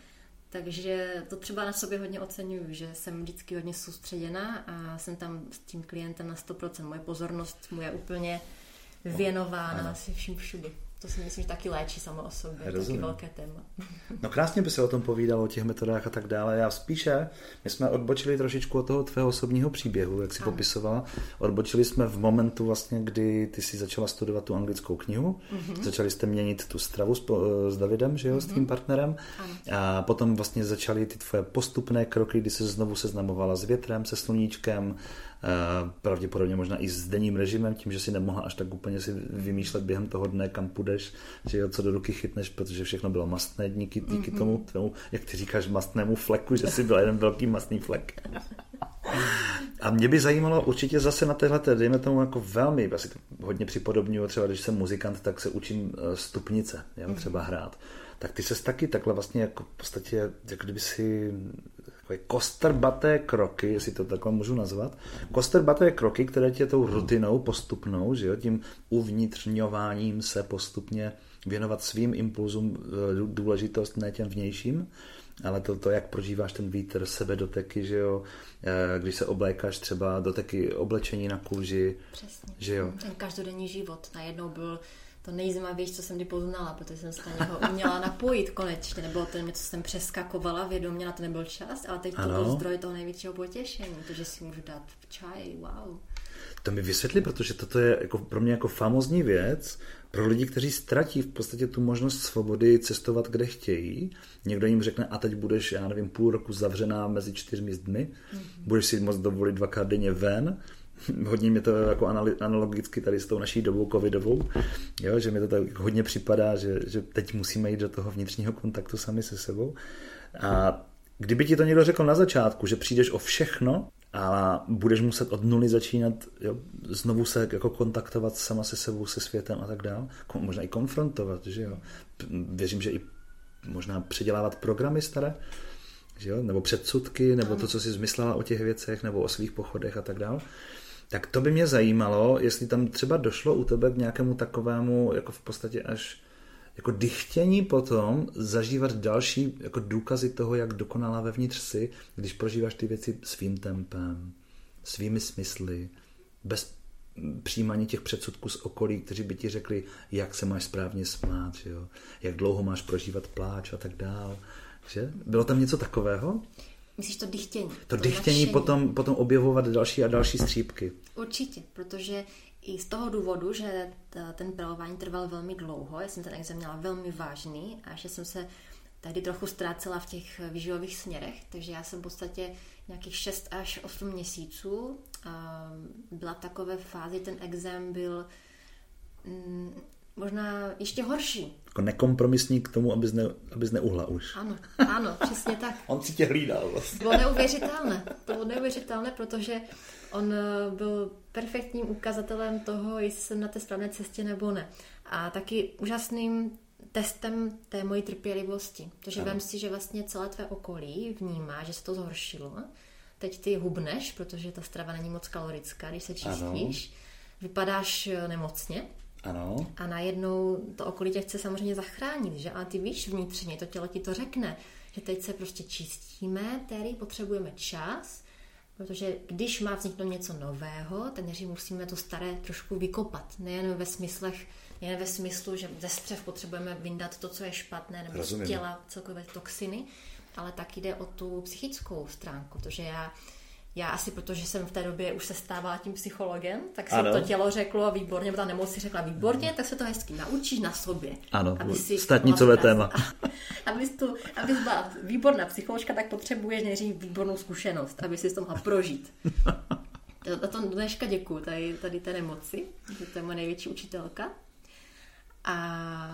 S2: Takže to třeba na sobě hodně oceňuju, že jsem vždycky hodně soustředěná a jsem tam s tím klientem na 100%. Moje pozornost mu je úplně věnována si vším všudy. To si myslím, že taky léčí samo o sobě. Je taky velké téma.
S1: No krásně by se o tom povídalo, o těch metodách a tak dále. Já spíše, my jsme odbočili trošičku od toho tvého osobního příběhu, jak jsi popisovala. Odbočili jsme v momentu vlastně, kdy ty jsi začala studovat tu anglickou knihu. Začali jste měnit tu stravu s Davidem, že jo, s tvým partnerem. A potom vlastně začaly ty tvoje postupné kroky, kdy se znovu seznamovala s větrem, se sluníčkem, pravděpodobně možná i s denním režimem, tím, že si nemohla až tak úplně si vymýšlet během toho dne, kam půjdeš, že jo, co do ruky chytneš, protože všechno bylo mastné díky tomu tvému, jak ty říkáš, mastnému fleku, že jsi byl jeden velký mastný flek. A mě by zajímalo určitě zase na téhleté, dejme tomu jako velmi, asi to hodně připodobňuji, třeba když jsem muzikant, tak se učím stupnice, jo, třeba hrát. Tak ty ses taky takhle vlastně jako v podstatě, jako kdyby si kostrbaté kroky, jestli to takhle můžu nazvat, kostrbaté kroky, které tě tou rutinou postupnou, že jo, tím uvnitřňováním se postupně věnovat svým impulzům důležitost, ne těm vnějším, ale to, jak prožíváš ten vítr, sebedoteky, že jo, když se oblékáš třeba doteky oblečení na kůži.
S2: Přesně.
S1: Že jo.
S2: Ten každodenní život najednou byl to nejzajímavější, co jsem kdy poznala, protože jsem se na něho uměla napojit konečně. Nebylo to něco, co jsem přeskakovala vědomě, na to nebyl čas, ale teď to byl zdroj toho největšího potěšení, to, že si můžu dát čaj, wow.
S1: To mi vysvětli, protože toto je jako pro mě jako famózní věc, pro lidi, kteří ztratí v podstatě tu možnost svobody cestovat, kde chtějí. Někdo jim řekne, a teď budeš, já nevím, půl roku zavřená mezi 4 zdmi, budeš si moct dovolit 2krát denně ven. Hodně mě to jako analogicky tady s tou naší dobou covidovou, jo, že mi to tak hodně připadá, že teď musíme jít do toho vnitřního kontaktu sami se sebou. A kdyby ti to někdo řekl na začátku, že přijdeš o všechno a budeš muset od nuly začínat, jo, znovu se jako kontaktovat sama se sebou, se světem a tak dál, možná i konfrontovat, že jo. Věřím, že i možná předělávat programy staré, že jo, nebo předsudky, nebo to, co jsi zmyslela o těch věcech, nebo o svých pochodech a tak dál. Tak to by mě zajímalo, jestli tam třeba došlo u tebe k nějakému takovému, jako v podstatě až jako dychtění potom zažívat další jako důkazy toho, jak dokonalá vevnitř si, když prožíváš ty věci svým tempem, svými smysly, bez přijímání těch předsudků z okolí, kteří by ti řekli, jak se máš správně smát, jo? Jak dlouho máš prožívat pláč a tak dál. Že? Bylo tam něco takového?
S2: Myslíš to dychtění?
S1: To dychtění potom objevovat další a další střípky.
S2: Určitě, protože i z toho důvodu, že ten pilování trval velmi dlouho, já jsem ten exém měla velmi vážný a že jsem se tady trochu ztrácela v těch výživových směrech, takže já jsem v podstatě nějakých 6 až 8 měsíců byla v takové fázi, ten exém byl možná ještě horší.
S1: Jako nekompromisní k tomu, abys neuhla už.
S2: Ano, přesně tak.
S1: On si tě hlídal vlastně.
S2: To bylo neuvěřitelné, protože on byl perfektním ukazatelem toho, jestli jsem na té správné cestě nebo ne. A taky úžasným testem té mojí trpělivosti. Takže vem si, že vlastně celé tvé okolí vnímá, že se to zhoršilo. Teď ty hubneš, protože ta strava není moc kalorická, když se čistíš. Vypadáš nemocně.
S1: Ano.
S2: A najednou to okolí tě chce samozřejmě zachránit, že? A ty víš vnitřně, to tělo ti to řekne, že teď se prostě čistíme, tady potřebujeme čas, protože když má vzniknout něco nového, tak než musíme to staré trošku vykopat. Nejen ve smyslu, že ze střev potřebujeme vyndat to, co je špatné, nebo z těla celkové toxiny, ale taky jde o tu psychickou stránku, protože já asi, protože jsem v té době už se stávala tím psychologem, tak se to tělo řeklo výborně, nebo ta nemoc si řekla výborně, tak se to hezky naučíš na sobě.
S1: Ano, statnicové téma.
S2: Abys byla výborná psycholožka, tak potřebuješ nejdřív výbornou zkušenost, aby si to mohla prožít. A to dneška děkuju, tady té nemoci, že to je moje největší učitelka. A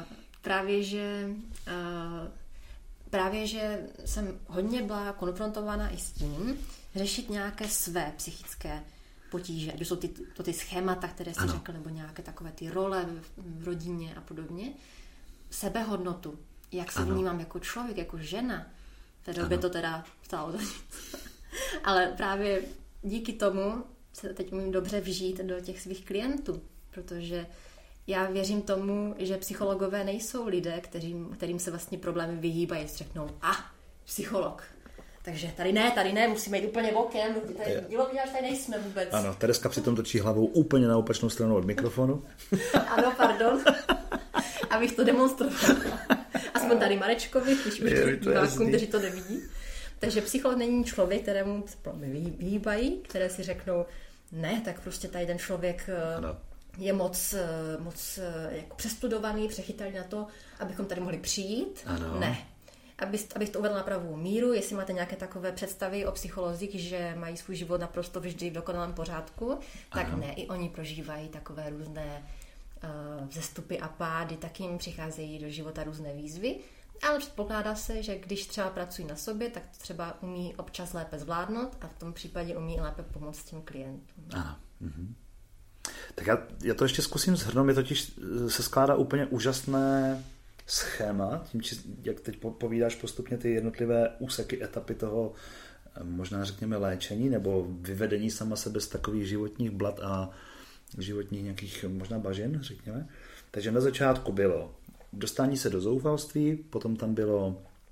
S2: právě, že jsem hodně byla konfrontována i s tím, řešit nějaké své psychické potíže, ať jsou ty schémata, které jsi řekl, nebo nějaké takové ty role v rodině a podobně. Sebehodnotu, jak se vnímám jako člověk, jako žena. V té době to teda stálo za nic. Ale právě díky tomu se teď umím dobře vžít do těch svých klientů, protože já věřím tomu, že psychologové nejsou lidé, kterým se vlastně problémy vyhýbají, řeknou, psycholog. Takže tady ne, musíme jít úplně bokem, tady nejsme vůbec.
S1: Ano, Tereska přitom točí hlavou úplně na opačnou stranu od mikrofonu.
S2: Ano, pardon, abych to demonstrovala. Aspoň tady Marečkovi, když už divákům, kteří to nevidí. Takže psycholog není člověk, kterému problémy vyhýbají, které si řeknou, ne, tak prostě tady ten člověk je moc jako přestudovaný, přechytaný na to, abychom tady mohli přijít.
S1: Ano.
S2: Ne. Abych to uvedl na pravou míru, jestli máte nějaké takové představy o psycholozích, že mají svůj život naprosto vždy v dokonalém pořádku, tak ne, i oni prožívají takové různé vzestupy a pády, taky jim přicházejí do života různé výzvy, ale předpokládá se, že když třeba pracují na sobě, tak to třeba umí občas lépe zvládnout a v tom případě umí lépe pomoct těm klientům.
S1: Ano. Mhm. Tak já to ještě zkusím shrnout, mě totiž se skládá úplně úžasné schéma, tím, jak teď povídáš postupně ty jednotlivé úseky, etapy toho, možná řekněme léčení, nebo vyvedení sama sebe z takových životních blat a životních nějakých možná bažin, řekněme. Takže na začátku bylo dostání se do zoufalství, potom tam bylo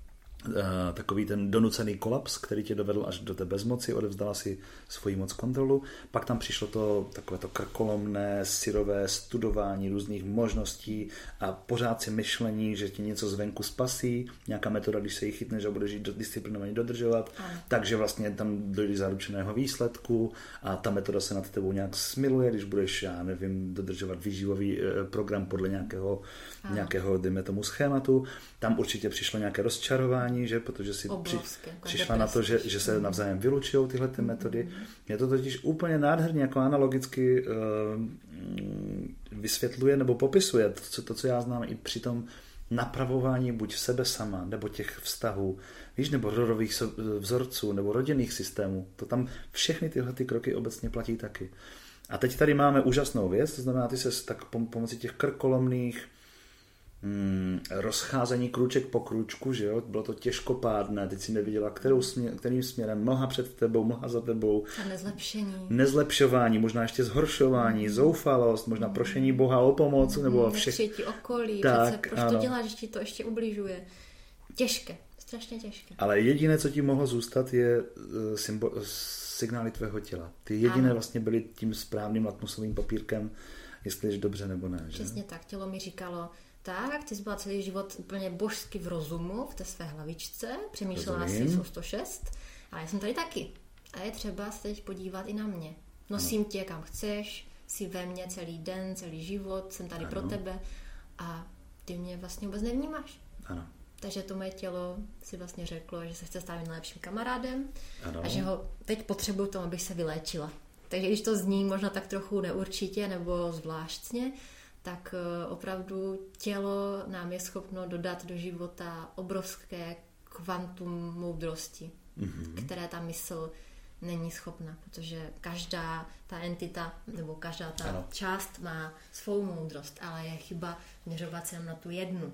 S1: takový ten donucený kolaps, který tě dovedl až do té bezmoci, odevzdala si svoji moc kontrolu. Pak tam přišlo takové to krkolomné, syrové studování různých možností a pořád si myšlení, že ti něco zvenku spasí, nějaká metoda, když se jí chytneš a budeš ji disciplinovaně dodržovat, takže vlastně tam dojde zaručeného výsledku a ta metoda se nad tebou nějak smiluje, když budeš, já nevím, dodržovat výživový program podle nějakého dejme tomu schématu. Tam určitě přišlo nějaké rozčarování, že? Protože si přišla na to, že se navzájem vylučují tyhle ty metody. Je to totiž úplně nádherně jako analogicky vysvětluje nebo popisuje to, co já znám i při tom napravování buď sebe sama, nebo těch vztahů, víš, nebo rodových vzorců, nebo rodinných systémů. To tam všechny tyhle ty kroky obecně platí taky. A teď tady máme úžasnou věc, to znamená, ty se tak pomocí těch krkolomných rozcházení krůček po krůčku, že jo, bylo to těžkopádné, teď si neviděla, kterým směrem, mlha před tebou, mlha za tebou.
S2: A
S1: nezlepšování, možná ještě zhoršování, zoufalost, možná prošení Boha o pomoc, nebo
S2: ti okolí, tak, přece, proč to děláš, že ti to ještě ubližuje. Těžké, strašně těžké.
S1: Ale jediné, co ti mohlo zůstat, je signály tvého těla. Ty jediné vlastně byly tím správným lakmusovým papírkem, jestli jsi dobře nebo ne. Že?
S2: Přesně tak, tělo mi říkalo, tak, ty jsi byla celý život úplně božsky v rozumu, v té své hlavičce, přemýšlela jsi o 106, ale já jsem tady taky. A je třeba se teď podívat i na mě. Nosím tě kam chceš, jsi ve mně celý den, celý život, jsem tady pro tebe a ty mě vlastně vůbec nevnímáš.
S1: Ano.
S2: Takže to moje tělo si vlastně řeklo, že se chce stát nejlepším kamarádem a že ho teď potřebuju tomu, abych se vyléčila. Takže když to zní možná tak trochu neurčitě nebo zvláštně, tak opravdu tělo nám je schopno dodat do života obrovské kvantum moudrosti, které ta mysl není schopna, protože každá ta entita nebo každá ta část má svou moudrost, ale je chyba měřovat se na tu jednu,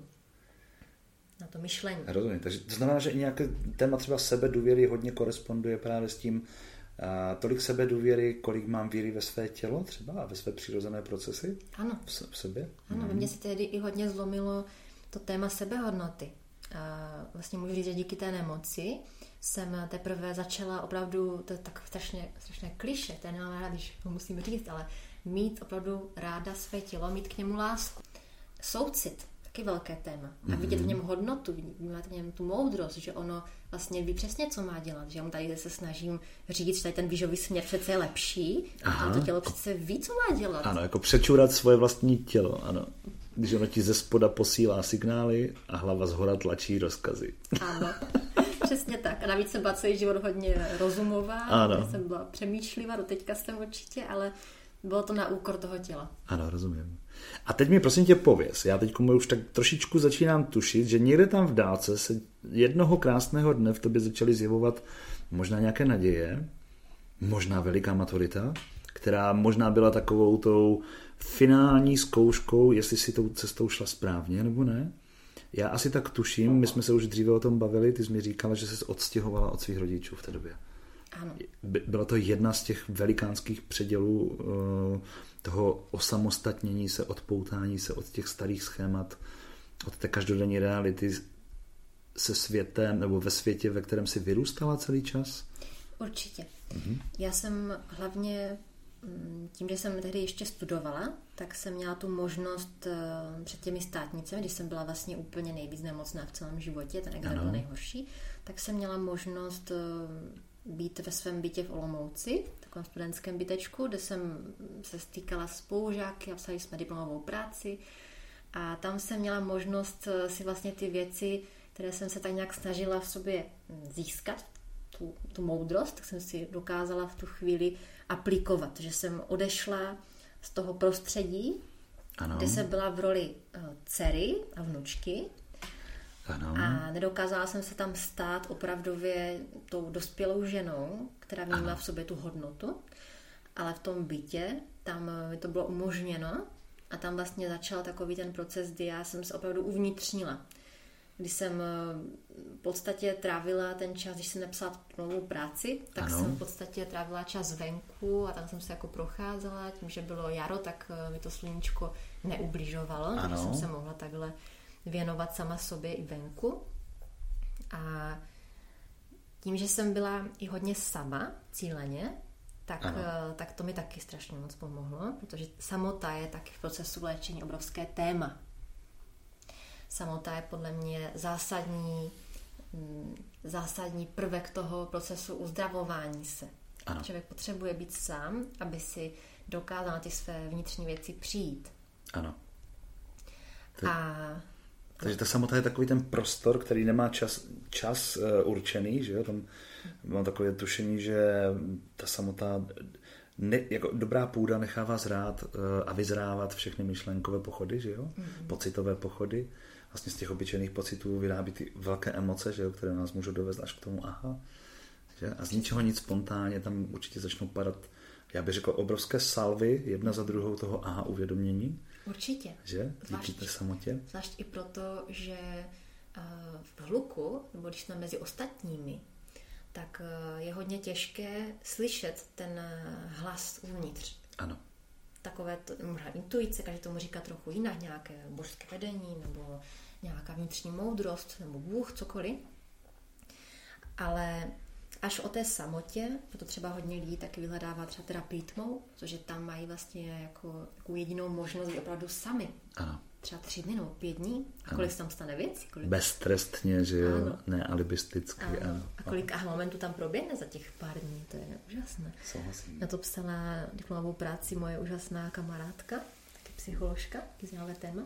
S2: na to myšlení.
S1: Rozumím, takže to znamená, že i nějaké téma třeba sebedůvěry hodně koresponduje právě s tím, tolik sebedůvěry, kolik mám víry ve své tělo třeba a ve své přirozené procesy?
S2: Ano.
S1: V sobě?
S2: Ano, ve mně se tehdy i hodně zlomilo to téma sebehodnoty. Vlastně můžu říct, že díky té nemoci jsem teprve začala opravdu, to je tak strašné kliše, to nemám rád, když ho musím říct, ale mít opravdu ráda své tělo, mít k němu lásku. Soucit, taky velké téma. A vidět v něm hodnotu, vnímat v něm tu moudrost, že ono vlastně ví přesně, co má dělat. Že já mu tady se snažím říct, že tady ten výživový směr přece je lepší. A to tělo přece ví, co má dělat.
S1: Ano, jako přečurat svoje vlastní tělo, ano. Když ono ti ze spoda posílá signály a hlava zhora tlačí rozkazy.
S2: Ano, přesně tak. A navíc jsem byla celý život hodně rozumová, jsem byla přemýšlivá, doteďka jsem určitě, ale bylo to na úkor toho těla.
S1: Ano, rozumím. A teď mi prosím tě pověz, já teď už tak trošičku začínám tušit, že někde tam v dálce se jednoho krásného dne v tobě začaly zjevovat možná nějaké naděje, možná veliká maturita, která možná byla takovou tou finální zkouškou, jestli si tou cestou šla správně nebo ne. Já asi tak tuším, my jsme se už dříve o tom bavili, ty jsi mi říkala, že jsi odstěhovala od svých rodičů v té době.
S2: Ano.
S1: Byla to jedna z těch velikánských předělů toho osamostatnění se, odpoutání se od těch starých schémat, od té každodenní reality se světem nebo ve světě, ve kterém si vyrůstala celý čas?
S2: Určitě. Já jsem hlavně tím, že jsem tehdy ještě studovala, tak jsem měla tu možnost před těmi státnicemi, když jsem byla vlastně úplně nejvíc nemocná v celém životě, ten examen byl nejhorší, tak jsem měla možnost být ve svém bytě v Olomouci, v takovém studentském bytečku, kde jsem se stýkala s spolužáky a psali jsme diplomovou práci a tam jsem měla možnost si vlastně ty věci, které jsem se tak nějak snažila v sobě získat, tu moudrost, tak jsem si dokázala v tu chvíli aplikovat, že jsem odešla z toho prostředí, kde jsem byla v roli dcery a vnučky.
S1: Ano.
S2: A nedokázala jsem se tam stát opravdově tou dospělou ženou, která vnímá v sobě tu hodnotu, ale v tom bytě, tam mi to bylo umožněno a tam vlastně začal takový ten proces, kdy já jsem se opravdu uvnitřnila. Když jsem v podstatě trávila ten čas, když jsem nepsala novou práci, tak jsem v podstatě trávila čas venku a tam jsem se jako procházela. Tím, že bylo jaro, tak mi to sluníčko neubližovalo, takže jsem se mohla takhle věnovat sama sobě i venku. A tím, že jsem byla i hodně sama, cíleně, tak to mi taky strašně moc pomohlo, protože samota je taky v procesu léčení obrovské téma. Samota je podle mě zásadní prvek toho procesu uzdravování se.
S1: Ano.
S2: Člověk potřebuje být sám, aby si dokázal na ty své vnitřní věci přijít.
S1: Ano. Takže ta samota je takový ten prostor, který nemá čas určený, že jo? Tam mám takové tušení, že ta samota jako dobrá půda nechává zrát a vyzrávat všechny myšlenkové pochody, že jo? Pocitové pochody. Vlastně z těch obyčejných pocitů vyrábí ty velké emoce, že jo? Které nás můžou dovést až k tomu aha. Že? A z ničeho nic spontánně tam určitě začnou padat, já bych řekl, obrovské salvy, jedna za druhou toho aha uvědomění.
S2: Určitě.
S1: Že? Díky té samotě.
S2: Zvlášť i proto, že v hluku, nebo když jsme mezi ostatními, tak je hodně těžké slyšet ten hlas uvnitř.
S1: Ano.
S2: Takové možná intuice, každý tomu říká trochu jinak, nějaké božské vedení, nebo nějaká vnitřní moudrost, nebo Bůh, cokoliv. Ale až o té samotě, proto třeba hodně lidí taky vyhledává třeba terapii tmou, protože tam mají vlastně jako jedinou možnost být opravdu sami.
S1: Ano.
S2: Třeba 3 dny nebo 5 dní. A kolik tam stane věcí?
S1: Beztrestně, že jo? Ano. Ne alibisticky. Ano.
S2: A kolik momentů tam proběhne za těch pár dní, to je úžasné.
S1: Souhlasím.
S2: Na to psala diplomovou práci moje úžasná kamarádka, taky psycholožka, taky zajímavé téma.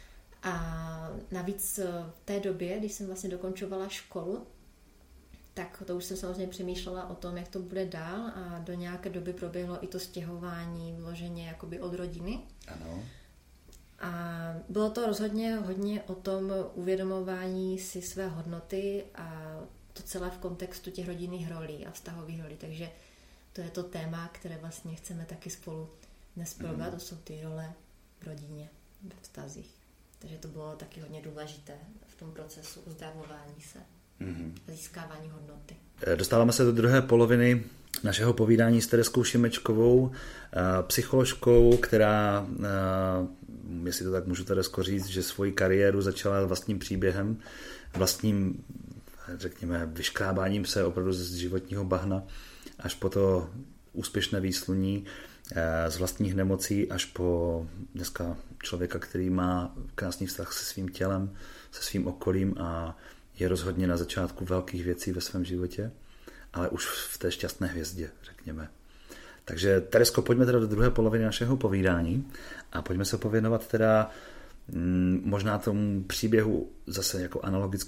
S2: A navíc v té době, když jsem vlastně dokončovala školu, tak to už jsem samozřejmě přemýšlela o tom, jak to bude dál a do nějaké doby proběhlo i to stěhování vloženě jakoby od rodiny.
S1: Ano.
S2: A bylo to rozhodně hodně o tom uvědomování si své hodnoty a to celé v kontextu těch rodinných rolí a vztahových rolí. Takže to je to téma, které vlastně chceme taky spolu dnes probrat. To jsou ty role v rodině, ve vztazích. Takže to bylo taky hodně důležité v tom procesu uzdravování se. Získávání hodnoty.
S1: Dostáváme se do druhé poloviny našeho povídání s Tereskou Šimečkovou, psycholožkou, která, jestli to tak můžu Teresko říct, že svoji kariéru začala vlastním příběhem, vlastním, řekněme, vyškrábáním se opravdu z životního bahna, až po to úspěšné výsluní z vlastních nemocí, až po dneska člověka, který má krásný vztah se svým tělem, se svým okolím a je rozhodně na začátku velkých věcí ve svém životě, ale už v té šťastné hvězdě, řekněme. Takže, Teresko, pojďme teda do druhé poloviny našeho povídání a pojďme se pověnovat teda možná tomu příběhu zase jako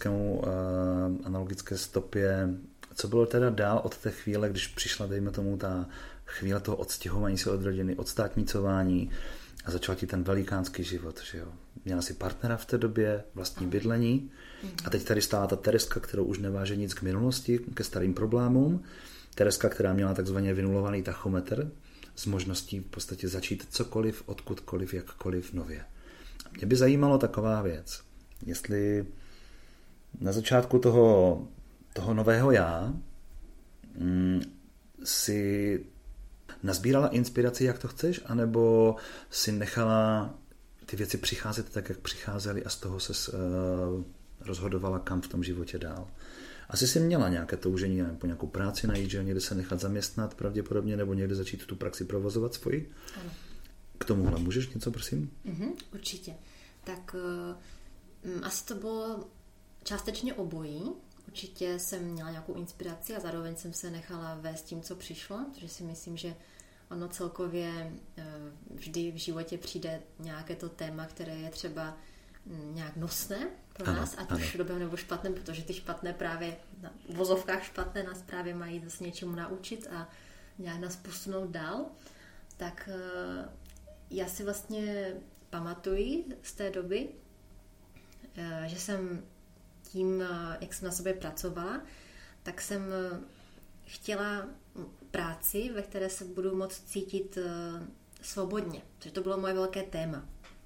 S1: analogické stopě. Co bylo teda dál od té chvíle, když přišla, dejme tomu, ta chvíle toho odstěhování se od rodiny, odstátnicování a začal ti ten velikánský život, že jo? Měla si partnera v té době, vlastní bydlení a teď tady stála ta Tereska, kterou už neváže nic k minulosti, ke starým problémům. Tereska, která měla takzvaně vynulovaný tachometr s možností v podstatě začít cokoliv, odkudkoliv, jakkoliv nově. Mě by zajímalo taková věc, jestli na začátku toho nového já si nazbírala inspiraci, jak to chceš, anebo si nechala ty věci přicházet tak, jak přicházely a z toho se rozhodovala, kam v tom životě dál. Asi jsi měla nějaké toužení, nevím, po nějakou práci najít, že někde se nechat zaměstnat pravděpodobně, nebo někde začít tu praxi provozovat svoji?
S2: Ano.
S1: K tomuhle můžeš něco, prosím?
S2: Určitě. Tak asi to bylo částečně obojí. Určitě jsem měla nějakou inspiraci a zároveň jsem se nechala vést tím, co přišlo, protože si myslím, že ono celkově vždy v životě přijde nějaké to téma, které je třeba nějak nosné pro nás, ať už dobré nebo špatné, protože ty špatné právě, na vozovkách špatné nás právě mají zase něčemu naučit a nějak nás posunout dál. Tak já si vlastně pamatuji z té doby, že jsem tím, jak jsem na sobě pracovala, tak jsem chtěla práci, ve které se budu moct cítit svobodně. Protože to bylo moje velké téma.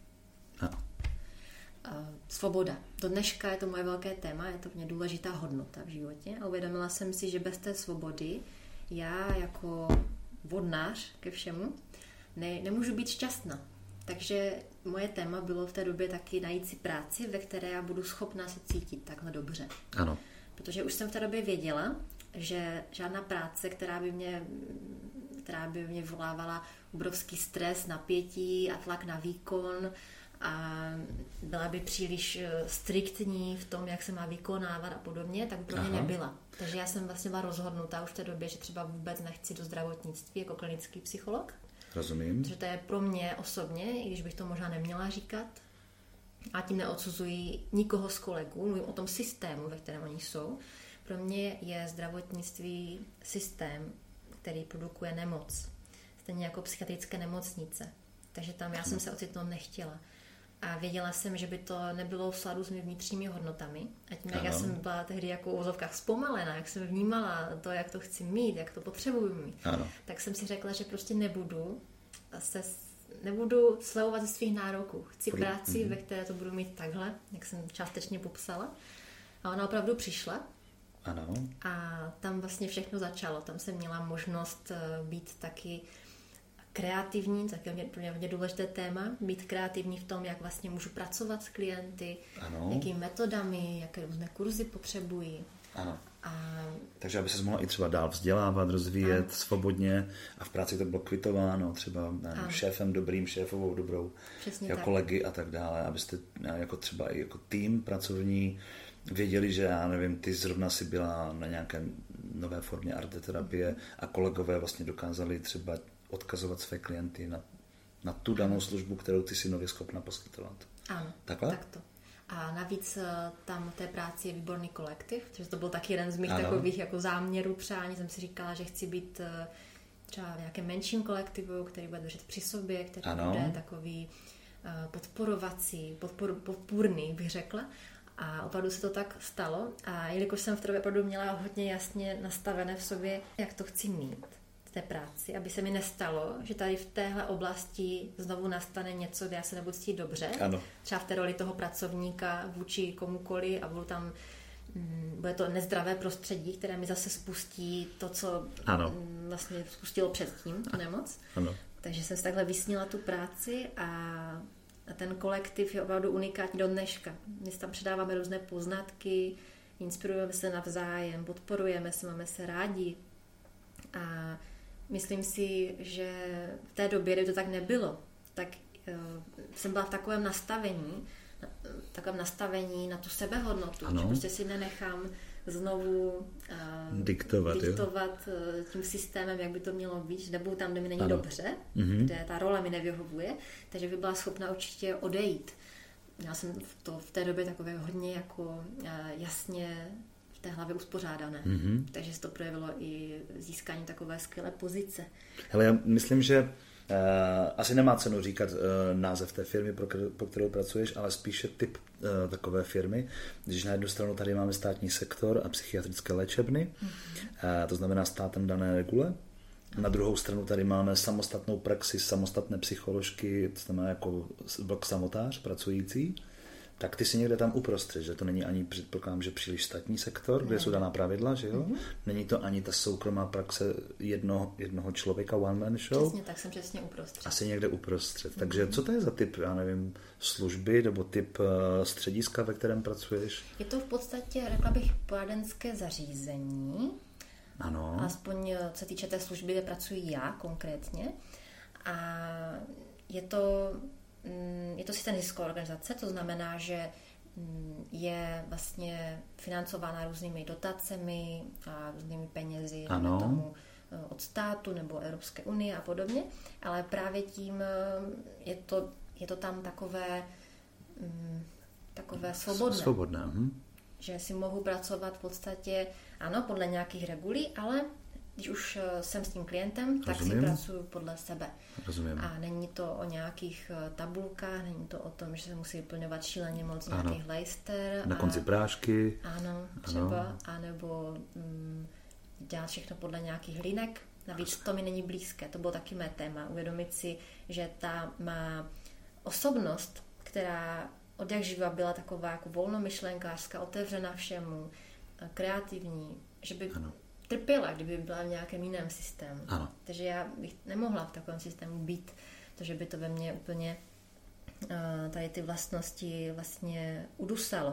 S2: Svoboda. Do dneška je to moje velké téma, je to mě důležitá hodnota v životě a uvědomila jsem si, že bez té svobody já jako vodnář ke všemu nemůžu být šťastná. Takže moje téma bylo v té době taky najít si práci, ve které já budu schopná se cítit takhle dobře.
S1: Ano.
S2: protože už jsem v té době věděla, že žádná práce, která by mě vyvolávala obrovský stres, napětí a tlak na výkon a byla by příliš striktní v tom, jak se má vykonávat a podobně, tak pro mě nebyla. Takže já jsem vlastně byla rozhodnutá už v té době, že třeba vůbec nechci do zdravotnictví jako klinický psycholog.
S1: Rozumím.
S2: Protože to je pro mě osobně, i když bych to možná neměla říkat, a tím neodsuzuji nikoho z kolegů, mluvím o tom systému, ve kterém oni jsou. Pro mě je zdravotnictví systém, který produkuje nemoc. Stejně jako psychiatrické nemocnice. Takže tam já jsem se ocitnout nechtěla. A věděla jsem, že by to nebylo v sladu s mými vnitřními hodnotami. A tím, jak já jsem byla tehdy jako v uvozovkách zpomalená, jak jsem vnímala to, jak to chci mít, jak to potřebuji mít, tak jsem si řekla, že prostě nebudu slevovat ze svých nároků. Chci práci, ve které to budu mít takhle, jak jsem částečně popsala. A ona opravdu přišla.
S1: Ano.
S2: A tam vlastně všechno začalo. Tam jsem měla možnost být taky kreativní, tak je pro mě důležité téma, být kreativní v tom, jak vlastně můžu pracovat s klienty, jakými metodami, jaké různé kurzy potřebují.
S1: Ano. Takže aby se mohla i třeba dál vzdělávat, rozvíjet svobodně a v práci to bylo kvitováno třeba šéfem dobrým, šéfovou dobrou, kolegy a tak dále, abyste jako třeba i jako tým pracovní věděli, že já nevím, ty zrovna si byla na nějaké nové formě arteterapie a kolegové vlastně dokázali třeba odkazovat své klienty na tu danou službu, kterou ty si nově schopna poskytovat.
S2: Ano,
S1: takhle?
S2: Takto. A navíc tam v té práci je výborný kolektiv, protože to byl taky jeden z mých takových jako záměrů, přání. Jsem si říkala, že chci být třeba v nějakém menším kolektivu, který bude držet při sobě, který bude takový podporovací, podpůrný, bych řekla. A opravdu se to tak stalo. A jelikož jsem v té době opravdu měla hodně jasně nastavené v sobě, jak to chci mít v té práci, aby se mi nestalo, že tady v téhle oblasti znovu nastane něco, kde já se nebudu cítit dobře. Třeba v té roli toho pracovníka vůči komukoli a bude to nezdravé prostředí, které mi zase spustí to, co vlastně spustilo předtím, tu nemoc. Takže jsem si takhle vysnila tu práci a ten kolektiv je opravdu unikátní do dneška. My tam předáváme různé poznatky, inspirujeme se navzájem, podporujeme se, máme se rádi. A myslím si, že v té době, kdy to tak nebylo, tak jsem byla v takovém nastavení na tu sebehodnotu, že prostě si nenechám znovu diktovat tím systémem, jak by to mělo být, že nebudu tam, kde mi není dobře, kde ta role mi nevyhovuje, takže by byla schopna určitě odejít. Já jsem to v té době takové hodně jako jasně v té hlavě uspořádané. Takže se to projevilo i získání takové skvělé pozice.
S1: Hele, já myslím, že asi nemá cenu říkat název té firmy, pro kterou pracuješ, ale spíše typ takové firmy. Když na jednu stranu tady máme státní sektor a psychiatrické léčebny, to znamená státem dané regule. Na druhou stranu tady máme samostatnou praxi, samostatné psycholožky, to znamená jako blok samotář pracující. Tak ty si někde tam uprostřed, že to není ani, předpokládám, že příliš státní sektor, kde jsou daná pravidla, že jo? Není to ani ta soukromá praxe jednoho člověka, one man show.
S2: Přesně, tak jsem přesně uprostřed.
S1: Asi někde uprostřed. Takže co to je za typ, já nevím, služby nebo typ střediska, ve kterém pracuješ?
S2: Je to v podstatě, řekla bych, poradenské zařízení.
S1: Ano.
S2: Aspoň co se týče té služby, kde pracuji já konkrétně. A je to systém zisková organizace, to znamená, že je vlastně financována různými dotacemi a různými penězi tomu od státu nebo Evropské unie a podobně, ale právě tím je to tam takové svobodné. Že si mohu pracovat v podstatě, podle nějakých regulí, ale když už jsem s tím klientem, tak si pracuji podle sebe.
S1: Rozumím.
S2: A není to o nějakých tabulkách, není to o tom, že se musí vyplňovat šíleně moc nějakých lejster.
S1: Na konci prášky.
S2: Ano, třeba. Anebo dělat všechno podle nějakých linek. Navíc to mi není blízké. To bylo taky mé téma. Uvědomit si, že ta má osobnost, která od jak živa byla taková jako volnomyšlenkářská, otevřená všemu, kreativní, že by trpěla, kdyby byla v nějakém jiném systému. Takže já bych nemohla v takovém systému být, protože by to ve mně úplně tady ty vlastnosti vlastně udusalo.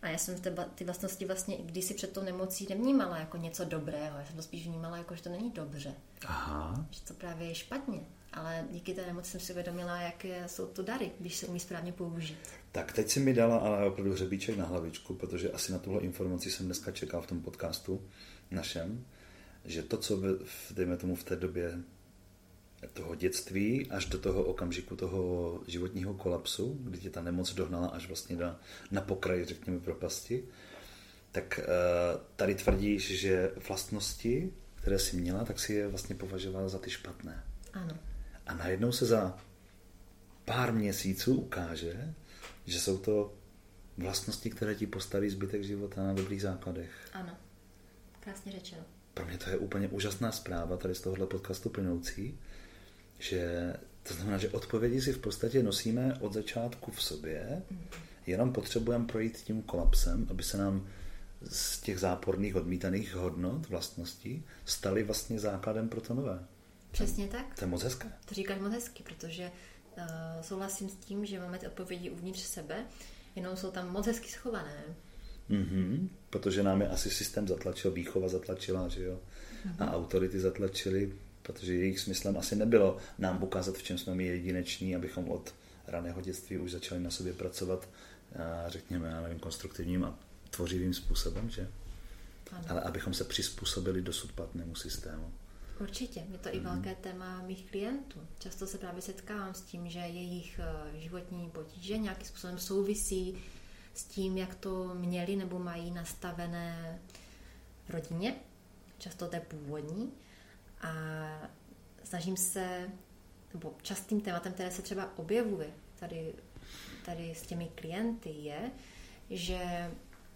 S2: A já jsem ty vlastnosti vlastně kdysi před tou nemocí nevnímala jako něco dobrého. Já jsem to spíš vnímala jako, že to není dobře.
S1: Aha.
S2: Že to právě je špatně. Ale díky té nemoci jsem si uvědomila, jaké jsou to dary, když se umí správně použít.
S1: Tak teď si mi dala ale opravdu hřebíček na hlavičku, protože asi na tuhle informaci jsem dneska čekal v tom podcastu našem, že to, co dejme tomu v té době toho dětství až do toho okamžiku toho životního kolapsu, kdy tě ta nemoc dohnala až vlastně na pokraj, řekněme, propasti, tak tady tvrdíš, že vlastnosti, které jsi měla, tak si je vlastně považovala za ty špatné.
S2: Ano.
S1: A najednou se za pár měsíců ukáže, že jsou to vlastnosti, které ti postaví zbytek života na dobrých základech.
S2: Ano, krásně řečeno.
S1: Pro mě to je úplně úžasná zpráva tady z tohohle podcastu plynoucí, že to znamená, že odpovědi si v podstatě nosíme od začátku v sobě, jenom potřebujeme projít tím kolapsem, aby se nám z těch záporných odmítaných hodnot, vlastností, staly vlastně základem pro to nové.
S2: Přesně tak.
S1: To je moc hezké.
S2: To říkáš moc hezky, protože souhlasím s tím, že máme ty odpovědi uvnitř sebe, jenom jsou tam moc hezky schované.
S1: Protože nám je asi systém zatlačil, výchova zatlačila, že jo? A autority zatlačily, protože jejich smyslem asi nebylo nám ukázat, v čem jsme my jedineční, abychom od raného dětství už začali na sobě pracovat, řekněme, já nevím, konstruktivním a tvořivým způsobem, že? Ano. Ale abychom se přizpůsobili dosud platnému systému.
S2: Určitě, je to i velké téma mých klientů. Často se právě setkávám s tím, že jejich životní potíže nějakým způsobem souvisí s tím, jak to měli nebo mají nastavené v rodině, často té původní. A snažím se, nebo častým tématem, které se třeba objevuje tady s těmi klienty, je, že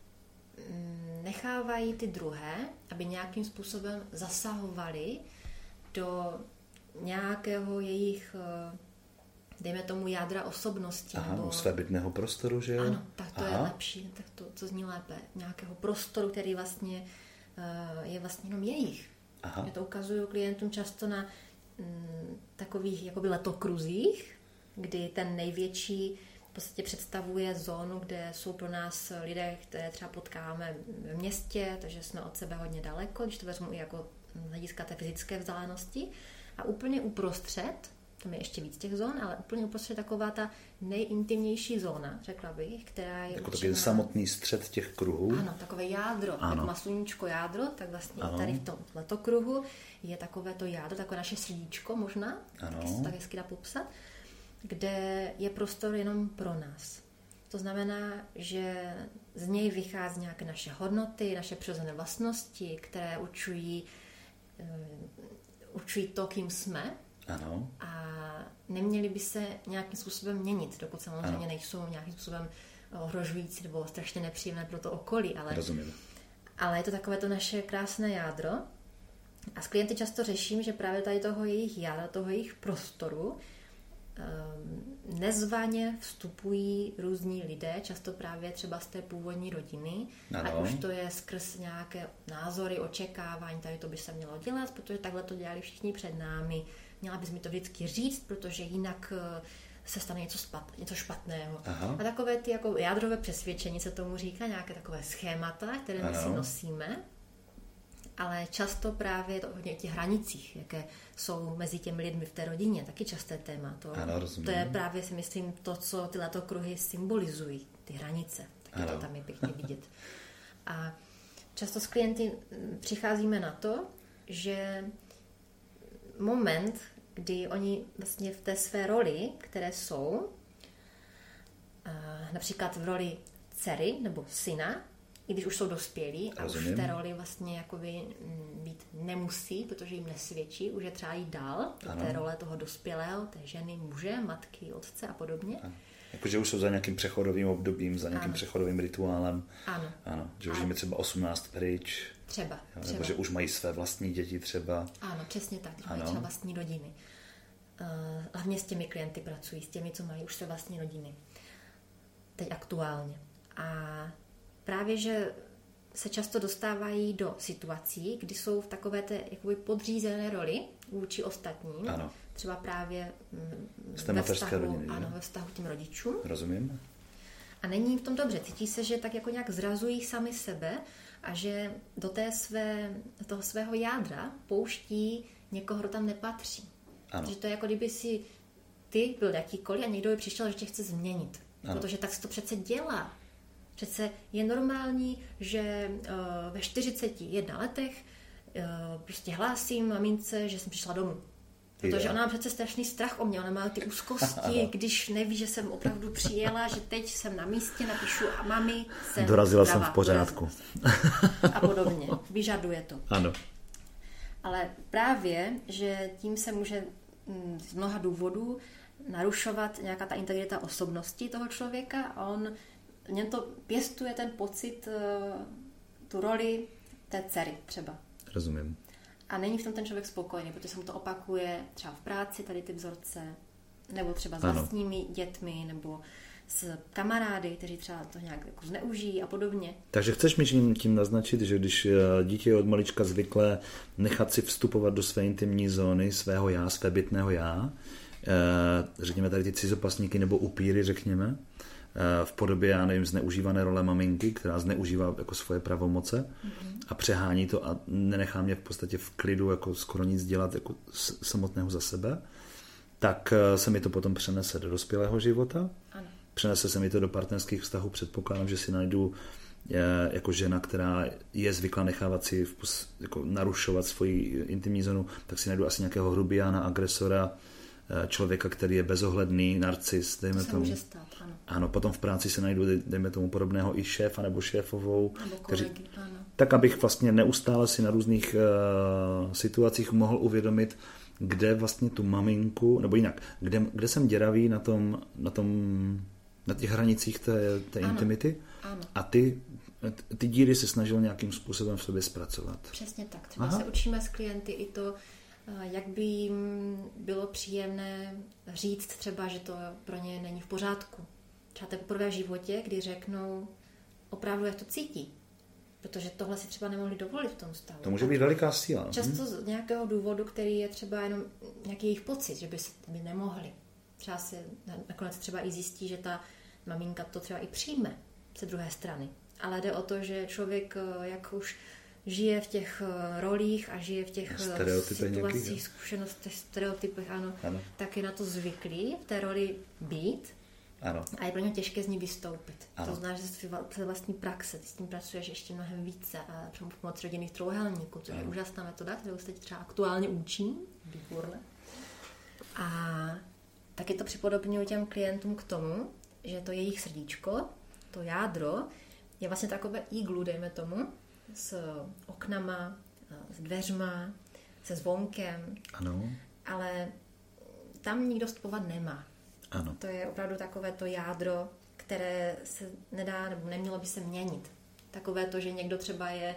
S2: nechávají ty druhé, aby nějakým způsobem zasahovali do nějakého jejich, dejme tomu, jádra osobnosti.
S1: Aha,
S2: nebo
S1: svébytného prostoru, že jo?
S2: Ano, tak to je lepší, tak to zní lépe. Nějakého prostoru, který vlastně je vlastně jenom jejich.
S1: Aha.
S2: Já to ukazuju klientům často na takových jakoby letokruzích, kdy ten největší v podstatě představuje zónu, kde jsou pro nás lidé, které třeba potkáme v městě, takže jsme od sebe hodně daleko, když to vezmu i jako z hlediska té fyzické vzdálenosti. A úplně uprostřed, tam je ještě víc těch zón, ale úplně uprostřed taková ta nejintimnější zóna, řekla bych, která je
S1: jako takový samotný střed těch kruhů.
S2: Ano, takové jádro,
S1: ano.
S2: Jak má sluníčko jádro, tak vlastně
S1: ano.
S2: tady v tom letokruhu je takové to jádro, takové naše srdíčko možná,
S1: ano.
S2: taky se tak hezky dá popsat, kde je prostor jenom pro nás. To znamená, že z něj vychází nějaké naše hodnoty, naše přirozené vlastnosti, které určují to, kým jsme.
S1: Ano.
S2: A neměly by se nějakým způsobem měnit, dokud samozřejmě
S1: ano.
S2: nejsou nějakým způsobem ohrožující nebo strašně nepříjemné pro to okolí.
S1: Rozumím.
S2: Ale je to takové to naše krásné jádro. A s klienty často řeším, že právě tady toho jejich jádra, toho jejich prostoru nezvaně vstupují různí lidé, často právě třeba z té původní rodiny.
S1: Ano.
S2: A už to je skrz nějaké názory, očekávání, tady to by se mělo dělat, protože takhle to dělali všichni před námi. Měla bys mi to vždycky říct, protože jinak se stane něco špatného.
S1: Aha.
S2: A takové ty jako jádrové přesvědčení se tomu říká, nějaké takové schémata, které my si nosíme. Ale často právě to hodně o těch hranicích, jaké jsou mezi těmi lidmi v té rodině, taky časté téma. To je právě, si myslím, to, co ty letokruhy symbolizují, ty hranice. Taky to tam je pěkně vidět. A často s klienty přicházíme na to, že moment, kdy oni vlastně v té své roli, které jsou, například v roli dcery nebo syna, i když už jsou dospělí a už v té roli vlastně jakoby být nemusí, protože jim nesvědčí, už je třeba jít dál do té role toho dospělého, té ženy, muže, matky, otce a podobně.
S1: Jakože už jsou za nějakým přechodovým obdobím, za nějakým přechodovým rituálem.
S2: Ano.
S1: Že už jim je třeba 18 pryč.
S2: Třeba.
S1: Nebo že už mají své vlastní děti třeba.
S2: Ano, přesně tak, mají třeba vlastní rodiny. Hlavně s těmi klienty pracují, s těmi, co mají už své vlastní rodiny. Teď aktuálně. A právě, že se často dostávají do situací, kdy jsou v takové té jakoby podřízené roli vůči ostatním.
S1: Ano.
S2: Třeba právě
S1: ve vztahu,
S2: ve vztahu k těm rodičům.
S1: Rozumím.
S2: A není v tom dobře. Cítí se, že tak jako nějak zrazují sami sebe a že do toho svého jádra pouští někoho, kdo tam nepatří. Že to je jako kdyby si ty byl jakýkoliv a někdo by přišel, že tě chce změnit. Ano. Protože tak se to přece dělá. Přece je normální, že ve 41 letech prostě hlásím mamince, že jsem přišla domů. Protože ona má přece strašný strach o mě, ona má ty úzkosti, když neví, že jsem opravdu přijela, že teď jsem na místě, napíšu a mami jsem
S1: dorazila jsem v pořádku.
S2: A podobně. Vyžaduje to.
S1: Ano.
S2: Ale právě, že tím se může z mnoha důvodů narušovat nějaká ta integrita osobnosti toho člověka a on v něm to pěstuje ten pocit, tu roli té dcery třeba.
S1: Rozumím.
S2: A není v tom ten člověk spokojený, protože se mu to opakuje třeba v práci, tady ty vzorce, nebo třeba s vlastními dětmi, nebo s kamarády, kteří třeba to nějak jako zneužijí a podobně.
S1: Takže chceš mi tím naznačit, že když dítě je od malička zvyklé nechat si vstupovat do své intimní zóny, svého já, své bytného já, řekněme tady ty cizopasníky nebo upíry, řekněme, v podobě, já nevím, zneužívané role maminky, která zneužívá jako svoje pravomoce a přehání to a nenechá mě v podstatě v klidu jako skoro nic dělat jako samotného za sebe, tak se mi to potom přenese do dospělého života.
S2: Ano.
S1: Přenese se mi to do partnerských vztahů. Předpokládám, že si najdu jako žena, která je zvykla nechávat si jako narušovat svoji intimní zónu, tak si najdu asi nějakého hrubiána, agresora, člověka, který je bezohledný, narcis, dejme tomu.
S2: Může stát, ano.
S1: Ano, potom v práci se najdu, dejme tomu, podobného i šéfa nebo šéfovou.
S2: Nebo kolegy, ano.
S1: Tak, abych vlastně neustále si na různých situacích mohl uvědomit, kde vlastně tu maminku, nebo jinak, kde jsem děravý na těch hranicích té intimity.
S2: Ano.
S1: A ty díry se snažil nějakým způsobem v sobě zpracovat.
S2: Přesně tak. Třeba se učíme s klienty i to, jak by jim bylo příjemné říct třeba, že to pro ně není v pořádku. Třeba poprvé v životě, kdy řeknou opravdu, jak to cítí. Protože tohle si třeba nemohli dovolit v tom stavu.
S1: To může být veliká síla.
S2: Často z nějakého důvodu, který je třeba jenom nějaký jejich pocit, že by nemohli. Třeba se nakonec třeba i zjistí, že ta maminka to třeba i přijme ze druhé strany. Ale jde o to, že člověk, jak už žije v těch rolích a žije v těch situacích, zkušenostech, stereotypech, ano, tak je na to zvyklý v té roli být.
S1: Ano.
S2: A je pro ně těžké z ní vystoupit.
S1: Ano.
S2: To znamená, že se vlastní praxe, ty s tím pracuješ ještě mnohem více a třeba pomocí rodinných trojúhelníků, což je úžasná metoda, kterou se teď třeba aktuálně učím. Výborné. A taky to připodobňuji těm klientům k tomu, že to jejich srdíčko, to jádro, je vlastně takové iglu, dejme tomu, s oknama, s dveřma, se zvonkem.
S1: Ano.
S2: Ale tam nikdo vstupovat nemá.
S1: Ano.
S2: To je opravdu takové to jádro, které se nedá, nebo nemělo by se měnit. Takové to, že někdo třeba je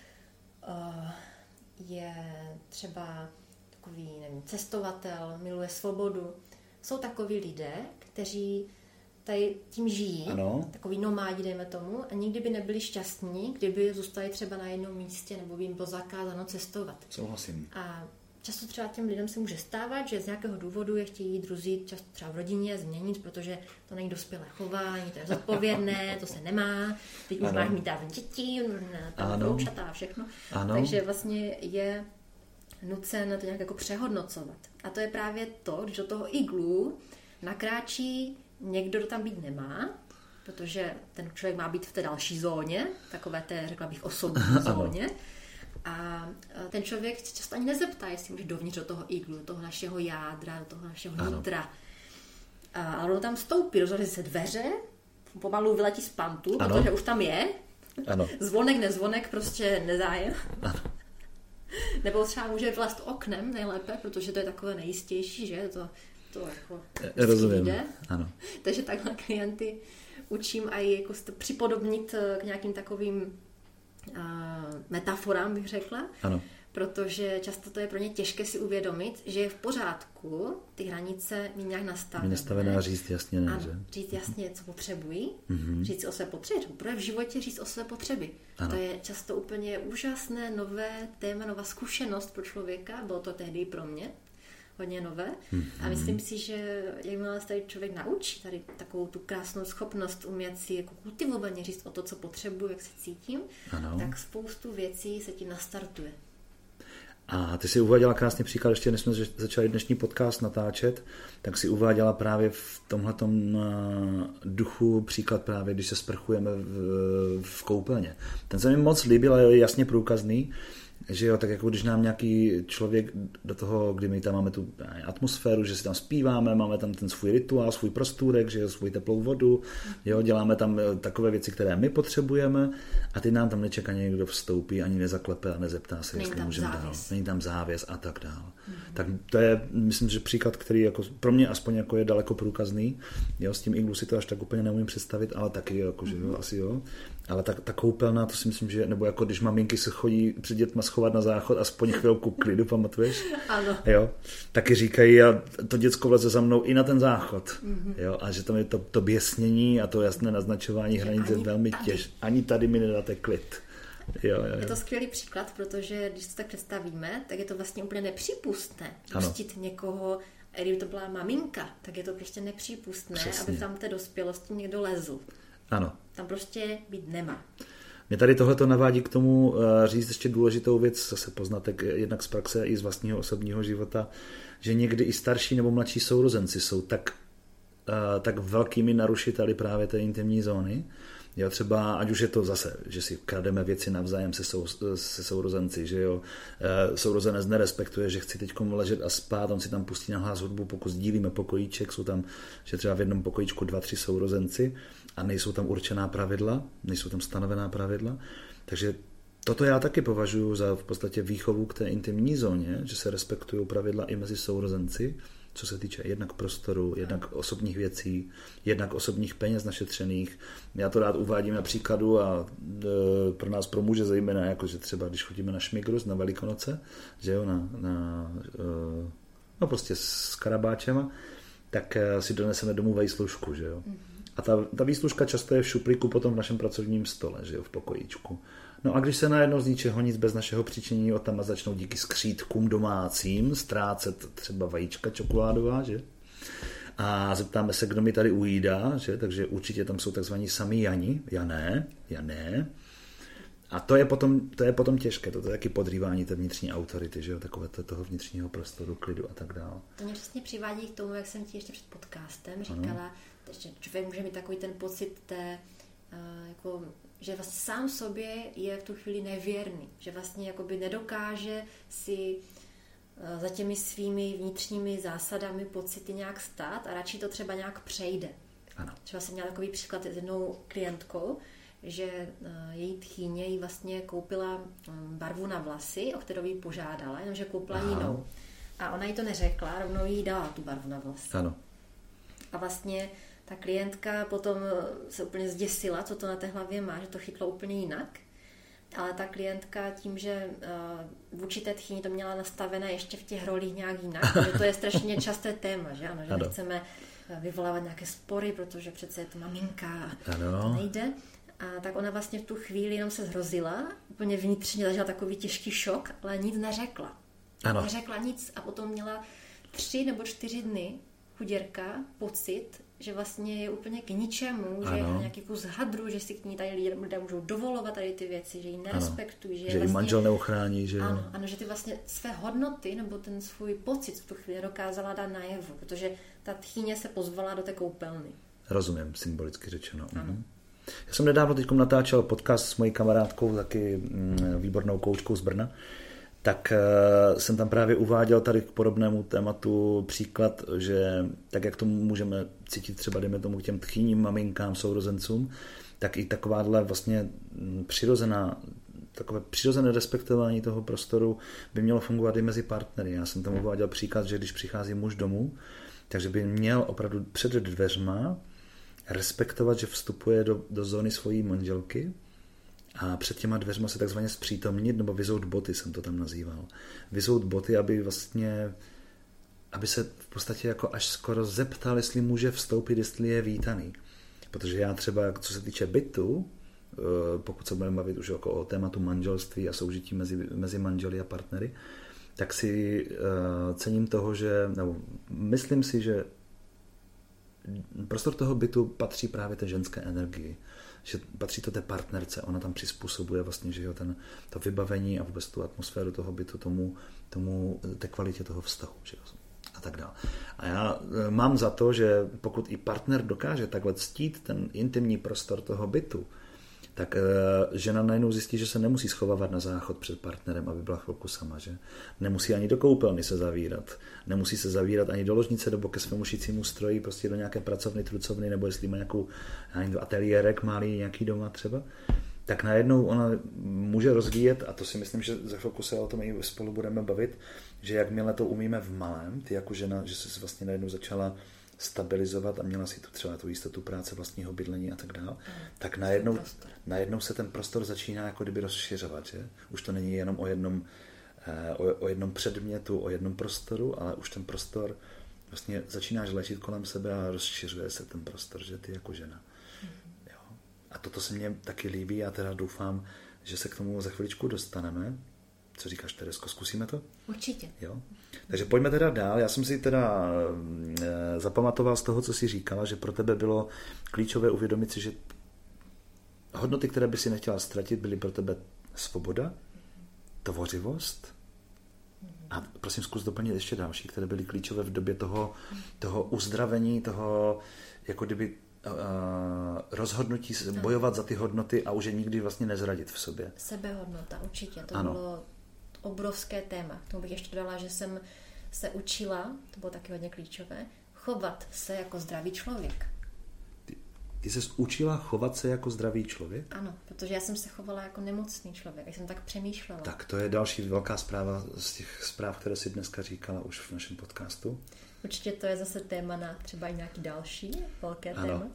S2: třeba takový, nevím, cestovatel, miluje svobodu. Jsou takoví lidé, kteří tady tím žijí, takový nomádi, dejme tomu, a nikdy by nebyli šťastní, kdyby zůstali třeba na jednom místě, nebo by jim bylo zakázáno cestovat.
S1: Souhlasím.
S2: A často třeba těm lidem se může stávat, že z nějakého důvodu je chtějí druzí často třeba v rodině změnit, protože to není dospělé chování, to je zodpovědné, to se nemá, teď už máš mít dávno děti, vroučata a všechno.
S1: Ano.
S2: Takže vlastně je nucen to nějak jako přehodnocovat. A to je právě to, když do toho iglu nakráčí někdo, kdo tam být nemá, protože ten člověk má být v té další zóně, takové té, řekla bych, osobní zóně. A ten člověk často ani nezeptá, jestli může dovnitř do toho iglu, do toho našeho jádra, do toho našeho nitra. Ale on tam vstoupí, rozhodne se dveře, pomalu vyletí z pantu, protože už tam je.
S1: Ano.
S2: Zvonek, nezvonek, prostě nezájem. Ano. Nebo třeba může vylézt oknem nejlépe, protože to je takové nejistější, že? To jako
S1: rozumím. Ano.
S2: Takže takhle klienty učím i jako připodobnit k nějakým takovým metaforám, bych řekla.
S1: Ano.
S2: Protože často to je pro ně těžké si uvědomit, že je v pořádku ty hranice mít nějak nastavené.
S1: Nastavené a říct jasně ne,
S2: ano,
S1: že?
S2: Říct jasně, co potřebují, říct si o své potřeby. Protože v životě říct o své potřeby.
S1: Ano.
S2: To je často úplně úžasné, nové téma, nová zkušenost pro člověka. Bylo to tehdy i pro mě. hodně nové. A myslím si, že jakmile se tady člověk naučí tady takovou tu krásnou schopnost umět si jako kultivovaně říct o to, co potřebuji, jak se cítím, tak spoustu věcí se ti nastartuje.
S1: A ty si uváděla krásný příklad, ještě než jsme začali dnešní podcast natáčet, tak si uváděla právě v tomhletom duchu příklad právě, když se sprchujeme v koupelně. Ten se mi moc líbil a je jasně průkazný, že jo, tak jako když nám nějaký člověk do toho, kdy my tam máme tu atmosféru, že si tam zpíváme, máme tam ten svůj rituál, svůj prostůrek, že jo, svůj teplou vodu, jo, děláme tam takové věci, které my potřebujeme a ty nám tam nečekaně někdo vstoupí, ani nezaklepe a nezeptá se, jestli můžeme dál. Není tam závěs a tak dál. Tak to je, myslím, že příklad, který jako pro mě aspoň jako je daleko průkazný. Jo, s tím iglu si to až tak úplně neumím představit, ale taky jako, že jo, asi jo. Ale ta koupelna, to si myslím, že, nebo jako když maminky se chodí před dětma schovat na záchod, aspoň chvilku klidu, pamatuješ?
S2: Ano.
S1: Jo, taky říkají, a to děcko vleze za mnou i na ten záchod. Jo, a že tam je to běsnění a to jasné naznačování hranic je velmi těžké. Ani tady mi nedáte klid. Jo.
S2: Je to skvělý příklad, protože když to tak představíme, tak je to vlastně úplně nepřípustné pustit někoho, a kdyby to byla maminka, tak je to prostě nepřípustné, přesně, aby tam v té dospělosti někdo lezl.
S1: Ano.
S2: Tam prostě být nemá.
S1: Mě tady tohleto navádí k tomu říct ještě důležitou věc, zase poznatek jednak z praxe i z vlastního osobního života, že někdy i starší nebo mladší sourozenci jsou tak velkými narušiteli právě té intimní zóny. Jo, třeba, ať už je to zase, že si krademe věci navzájem se sourozenci, že jo, sourozenec nerespektuje, že chci teď ležet a spát, on si tam pustí nahlas hudbu, pokud sdílíme pokojíček, jsou tam, že třeba v jednom pokojíčku 2-3 sourozenci a nejsou tam určená pravidla, nejsou tam stanovená pravidla, takže toto já taky považuji za v podstatě výchovu k té intimní zóně, že se respektují pravidla i mezi sourozenci, co se týče jednak prostoru, jednak osobních věcí, jednak osobních peněz našetřených. Já to rád uvádím na příkladu a pro nás, pro muže zejména, jakože třeba když chodíme na šmigrus, na Velikonoce, že jo, no prostě s karabáčema, tak si doneseme domů vejslužku, že jo. A ta výslužka často je v šuplíku potom v našem pracovním stole, že jo, v pokojíčku. No a když se najednou z ničeho nic bez našeho přičinění od tam začnou díky skřítkům domácím ztrácet třeba vajíčka čokoládová, že? A zeptáme se, kdo mi tady ujídá, že? Takže určitě tam jsou takzvaní samí Jani, já ne. A to je potom těžké, to je taky podrývání té vnitřní autority, že jo, takové toho vnitřního prostoru, klidu a tak dále.
S2: To mě přesně přivádí k tomu, jak jsem ti ještě před podcastem říkala, že člověk může mít takový ten pocit té, jako, že vlastně sám sobě je v tu chvíli nevěrný, že vlastně jakoby nedokáže si za těmi svými vnitřními zásadami, pocity nějak stát a radši to třeba nějak přejde.
S1: Ano.
S2: Třeba jsem měla takový příklad s jednou klientkou, že její tchýně jí vlastně koupila barvu na vlasy, o kterou jí požádala, jenomže koupila jinou. A ona jí to neřekla, rovnou jí dala tu barvu na vlasy.
S1: Ano.
S2: A vlastně ta klientka potom se úplně zděsila, co to na té hlavě má, že to chytlo úplně jinak. Ale ta klientka tím, že vůči té tchýni to měla nastavené ještě v těch rolích nějak jinak, že to je strašně časté téma, že ano, že nechceme vyvolávat nějaké spory, protože přece je to maminka a to nejde. A tak ona vlastně v tu chvíli jenom se zhrozila, úplně vnitřně zažila takový těžký šok, ale nic neřekla.
S1: Ano.
S2: Neřekla nic a potom měla 3 nebo 4 dny chuděrka pocit, že vlastně je úplně k ničemu, že je nějaký kus hadru, že si k ní tady lidé můžou dovolovat tady ty věci, že ji nerespektují. Že
S1: vlastně, i manžel neochrání. Že
S2: ano, že ty vlastně své hodnoty nebo ten svůj pocit v tu chvíli dokázala dát najevo, protože ta tchýně se pozvala do té koupelny.
S1: Rozumím, symbolicky řečeno. Ano. Já jsem nedávno teď natáčel podcast s mojí kamarádkou, taky výbornou koučkou z Brna, tak jsem tam právě uváděl tady k podobnému tématu příklad, že tak, jak to můžeme cítit třeba, dejme tomu, k těm tchýním maminkám, sourozencům, tak i takováhle vlastně takové přirozené respektování toho prostoru by mělo fungovat i mezi partnery. Já jsem tam uváděl příklad, že když přichází muž domů, takže by měl opravdu před dveřma respektovat, že vstupuje do zóny svojí manželky a před těma dveřma se takzvaně zpřítomnit, nebo vyzout boty, jsem to tam nazýval. Vyzout boty, aby se v podstatě jako až skoro zeptal, jestli může vstoupit, jestli je vítaný. Protože já třeba, co se týče bytu, pokud se budeme bavit už o tématu manželství a soužití mezi manželi a partnery, tak si cením toho, že, nebo myslím si, že prostor toho bytu patří právě té ženské energii, že patří to té partnerce, ona tam přizpůsobuje vlastně, že jo, to vybavení a vůbec tu atmosféru toho bytu té kvalitě toho vztahu, že jo, a tak dále. A já mám za to, že pokud i partner dokáže takhle ctít ten intimní prostor toho bytu, tak žena najednou zjistí, že se nemusí schovávat na záchod před partnerem, aby byla chvilku sama, že? Nemusí ani do koupelny se zavírat, nemusí se zavírat ani do ložnice nebo ke svému šicímu stroji, prostě do nějaké pracovny, trucovny, nebo jestli má nějakou ateliérek malý nějaký doma třeba, tak najednou ona může rozvíjet, a to si myslím, že za chvilku se o tom i spolu budeme bavit, že jakmile to umíme v malém, ty jako žena, že se vlastně najednou začala stabilizovat a měla si tu třeba tu jistotu práce, vlastního bydlení a tak dále, tak najednou se ten prostor začíná jako kdyby rozšiřovat, že? Už to není jenom o jednom předmětu, o jednom prostoru, ale už ten prostor vlastně začínáš ležet kolem sebe a rozšiřuje se ten prostor, že ty jako žena. Jo? A toto se mně taky líbí a teda doufám, že se k tomu za chviličku dostaneme. Co říkáš, Teresko, zkusíme to?
S2: Určitě.
S1: Jo? Takže pojďme teda dál. Já jsem si teda zapamatoval z toho, co jsi říkala, že pro tebe bylo klíčové uvědomit si, že hodnoty, které by si nechtěla ztratit, byly pro tebe svoboda, tvořivost a prosím, zkus doplnit ještě další, které byly klíčové v době toho uzdravení, toho jako kdyby rozhodnutí bojovat za ty hodnoty a už je nikdy vlastně nezradit v sobě.
S2: Sebehodnota, určitě. To bylo obrovské téma. K tomu bych ještě dodala, že jsem se učila, to bylo taky hodně klíčové, chovat se jako zdravý člověk.
S1: Ty jsi učila chovat se jako zdravý člověk?
S2: Ano, protože já jsem se chovala jako nemocný člověk, já jsem tak přemýšlela.
S1: Tak to je další velká zpráva z těch zpráv, které si dneska říkala už v našem podcastu.
S2: Určitě to je zase téma na třeba i nějaký další velké téma.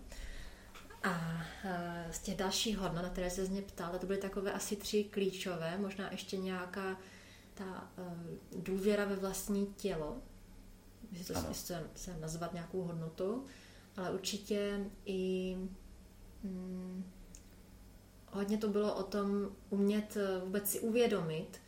S2: A z těch dalších hodnot, na které se z mě ptala, to byly takové asi 3 klíčové, možná ještě nějaká ta důvěra ve vlastní tělo, jestli to se nazvat nějakou hodnotou, ale určitě i hodně to bylo o tom umět vůbec si uvědomit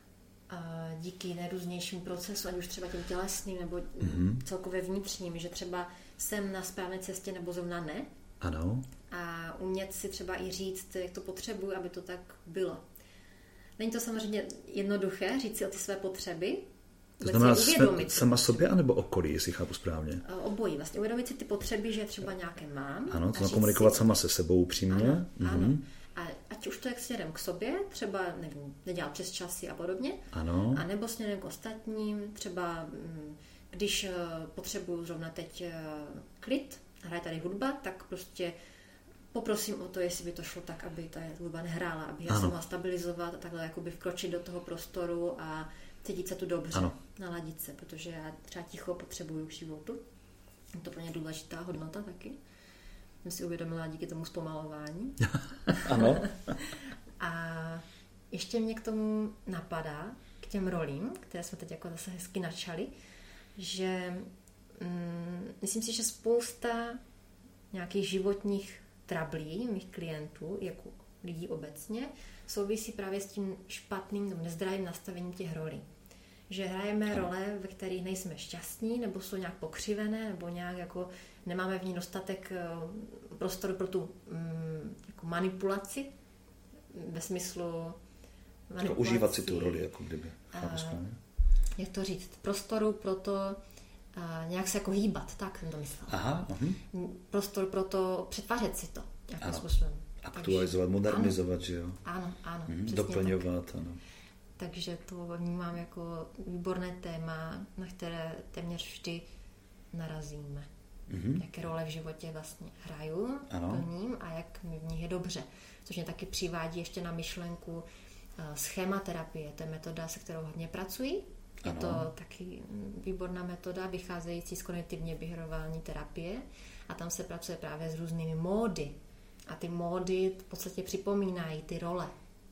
S2: díky nejrůznějším procesům, ať už třeba tím tělesným nebo celkově vnitřním, že třeba jsem na správné cestě nebo zrovna ne.
S1: Ano.
S2: A umět si třeba i říct, jak to potřebuji, aby to tak bylo. Není to samozřejmě jednoduché říct si o ty své potřeby.
S1: To znamená sama sobě, anebo okolí, jestli chápu správně?
S2: Obojí. Vlastně uvědomit si ty potřeby, že třeba nějaké mám.
S1: Ano, to znamená komunikovat sama se sebou upřímně.
S2: Ano. A ať už to je směrem k sobě, třeba nevím, nedělat přes časy a podobně.
S1: Ano.
S2: A nebo směrem k ostatním, třeba když potřebuju zrovna teď klid, hraje tady hudba, tak prostě poprosím o to, jestli by to šlo tak, aby ta hudba nehrála, aby já se mohla stabilizovat a takhle jakoby vkročit do toho prostoru a cítit se tu dobře, naladit se, protože já třeba ticho potřebuju k životu. Je to pro mě důležitá hodnota taky. Jsem si uvědomila díky tomu zpomalování.
S1: Ano.
S2: A ještě mě k tomu napadá, k těm rolím, které jsme teď jako zase hezky načali, že myslím si, že spousta nějakých životních trablí mých klientů, jako lidí obecně, souvisí právě s tím špatným nebo nezdravým nastavením těch rolí. Že hrajeme role, ve kterých nejsme šťastní, nebo jsou nějak pokřivené, nebo nějak jako nemáme v ní dostatek prostoru pro tu jako manipulaci, ve smyslu
S1: manipulaci. Užívat si tu roli, jako kdyby.
S2: Jak to říct? Prostoru pro to nějak se jako hýbat, tak jsem to myslela. Prostor pro to přetvářet si to nějakým způsobem.
S1: Aktualizovat, modernizovat, že jo?
S2: Ano.
S1: Doplňovat, tak.
S2: Ano. Takže to vnímám jako výborné téma, na které téměř vždy narazíme. Jaké role v životě vlastně hraju, plním a jak mi v nich je dobře. Což mě taky přivádí ještě na myšlenku schématerapie. To je metoda, se kterou hodně pracuji. Je to taky výborná metoda vycházející z kognitivně behaviorální terapie a tam se pracuje právě s různými módy. A ty módy v podstatě připomínají ty role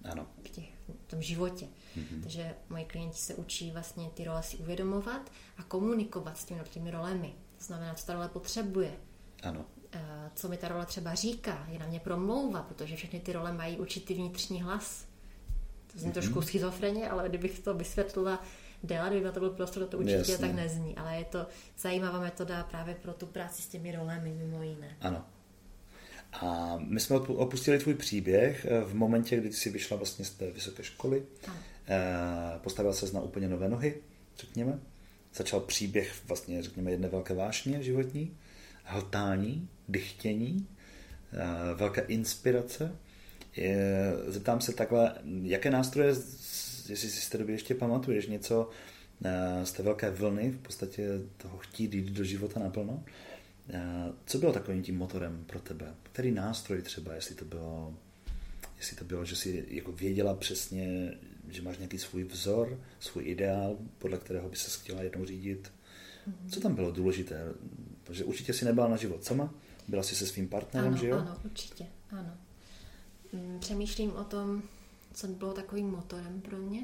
S2: v tom životě. Takže moji klienti se učí vlastně ty role si uvědomovat a komunikovat s těmi rolemi. To znamená, co ta role potřebuje.
S1: Ano.
S2: Co mi ta role třeba říká, je na mě promlouvat, protože všechny ty role mají určitý vnitřní hlas. To zní trošku schizofreně, ale kdybych to vysvětlila dělat, kdyby to byl prostor, to určitě tak nezní, ale je to zajímavá metoda právě pro tu práci s těmi rolemi mimo jiné.
S1: Ano. A my jsme opustili tvůj příběh v momentě, kdy jsi vyšla vlastně z té vysoké školy, postavila ses na úplně nové nohy, řekněme. Začal příběh vlastně, řekněme, jedné velké vášně životní, hltání, dychtění, velká inspirace. Zeptám se takhle, jaké nástroje, jestli si z té doby ještě pamatuješ něco z té velké vlny, v podstatě toho chtít jít do života naplno. Co bylo takovým tím motorem pro tebe? Který nástroj třeba, jestli to bylo, že jsi jako věděla přesně, že máš nějaký svůj vzor, svůj ideál, podle kterého by se chtěla jednou řídit. Co tam bylo důležité? Protože určitě si nebyla na život sama, byla jsi se svým partnerem,
S2: ano,
S1: že jo?
S2: Ano, určitě, ano. Přemýšlím o tom, co bylo takovým motorem pro mě.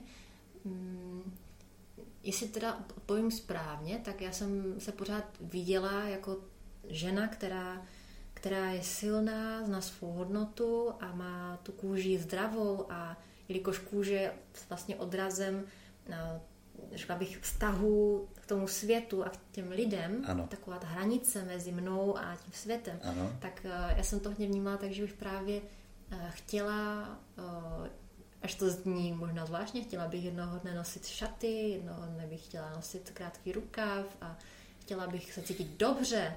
S2: Jestli teda povím správně, tak já jsem se pořád viděla jako žena, která je silná, zná svou hodnotu a má tu kůži zdravou a jelikož kůže je vlastně odrazem, řekla bych, vztahu k tomu světu a k těm lidem,
S1: ano.
S2: Taková ta hranice mezi mnou a tím světem,
S1: ano.
S2: Tak já jsem to hodně vnímala, takže bych právě chtěla, až to zní možná zvláštně, chtěla bych jednoho dne nosit šaty, jednoho dne bych chtěla nosit krátký rukav a chtěla bych se cítit dobře.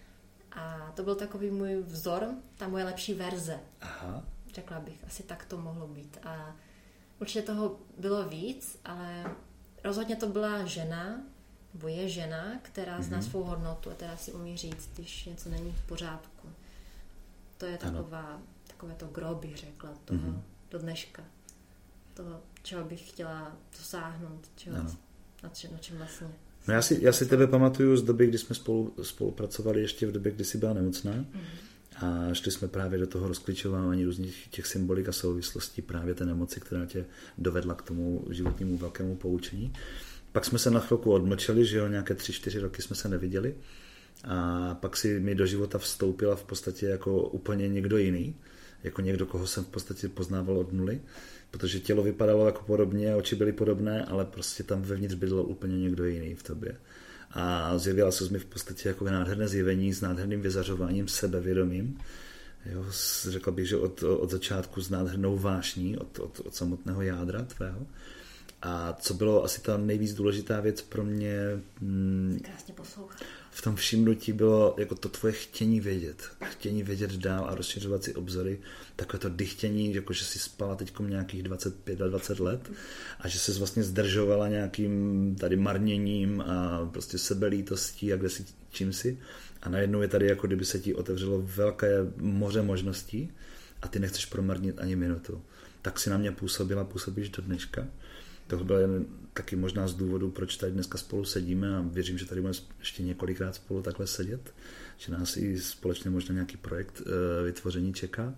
S2: A to byl takový můj vzor, ta moje lepší verze.
S1: Aha.
S2: Řekla bych, asi tak to mohlo být. A určitě toho bylo víc, ale rozhodně to byla žena, nebo je žena, která zná svou hodnotu a která si umí říct, když něco není v pořádku. To je takové to gro, bych řekla, toho do dneška. Toho, čeho bych chtěla dosáhnout, na čem vlastně.
S1: No já si tebe pamatuju z doby, kdy jsme spolupracovali ještě v době, kdy jsi byla nemocná a šli jsme právě do toho rozklíčování různých těch symbolik a souvislostí právě té nemoci, která tě dovedla k tomu životnímu velkému poučení. Pak jsme se na chvilku odmlčeli, že jo, nějaké 3-4 roky jsme se neviděli a pak si mi do života vstoupila v podstatě jako úplně někdo jiný, jako někdo, koho jsem v podstatě poznával od nuly, protože tělo vypadalo jako podobně, oči byly podobné, ale prostě tam vevnitř bydlel úplně někdo jiný v tobě. A zjevila se mi v podstatě jako nádherné zjevení s nádherným vyzařováním, sebevědomím. Jo, řekl bych, že od začátku s nádhernou vášní, od samotného jádra tvého. A co bylo asi ta nejvíc důležitá věc pro mě,
S2: krásně poslouchat.
S1: V tom všimnutí bylo jako to tvoje chtění vědět dál a rozšiřovat si obzory, takové to dychtění, jako že jsi spala teďkom nějakých 25 a 20 let a že ses vlastně zdržovala nějakým tady marněním a prostě sebelítostí a kde si čím si a najednou je tady jako kdyby se ti otevřelo velké moře možností a ty nechceš promarnit ani minutu. Tak si na mě působíš do dneška. To byl jen taky možná z důvodu, proč tady dneska spolu sedíme a věřím, že tady budeme ještě několikrát spolu takhle sedět, že nás i společně možná nějaký projekt vytvoření čeká.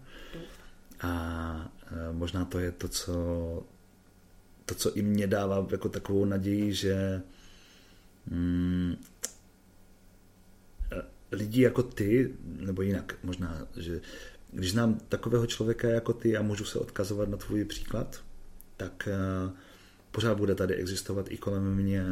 S1: A možná to je to, co i mě dává jako takovou naději, že lidi jako ty, nebo jinak možná, že když znám takového člověka jako ty a můžu se odkazovat na tvůj příklad, tak pořád bude tady existovat i kolem mě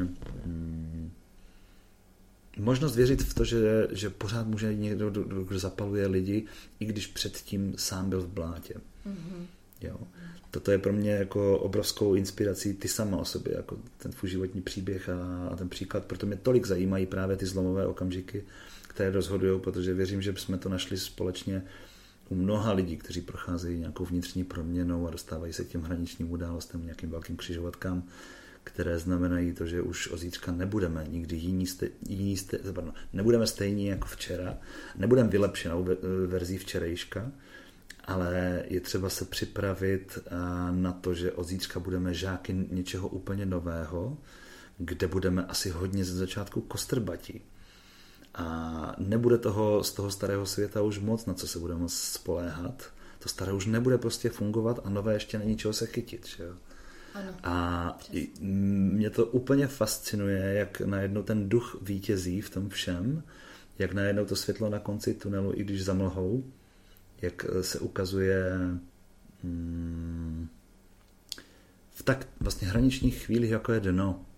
S1: možnost věřit v to, že pořád může někdo, kdo zapaluje lidi, i když předtím sám byl v blátě. Jo. Toto je pro mě jako obrovskou inspirací ty sama o sobě, jako ten tvůj životní příběh a ten příklad, proto mě tolik zajímají právě ty zlomové okamžiky, které rozhodují, protože věřím, že jsme to našli společně u mnoha lidí, kteří procházejí nějakou vnitřní proměnou a dostávají se k těm hraničním událostem, nějakým velkým křižovatkám, které znamenají to, že už od zítřka nebudeme nikdy nebudeme stejní jako včera, nebudeme vylepšenou verzí včerejška, ale je třeba se připravit na to, že od zítřka budeme žáky něčeho úplně nového, kde budeme asi hodně ze začátku kostrbatí. A nebude z toho starého světa už moc, na co se budeme spoléhat. To staré už nebude prostě fungovat a nové ještě není čeho se chytit. Že jo?
S2: Ano,
S1: a mě to úplně fascinuje, jak najednou ten duch vítězí v tom všem, jak najednou to světlo na konci tunelu, i když za mlhou, jak se ukazuje v tak vlastně hraničních chvílích, jako je dno.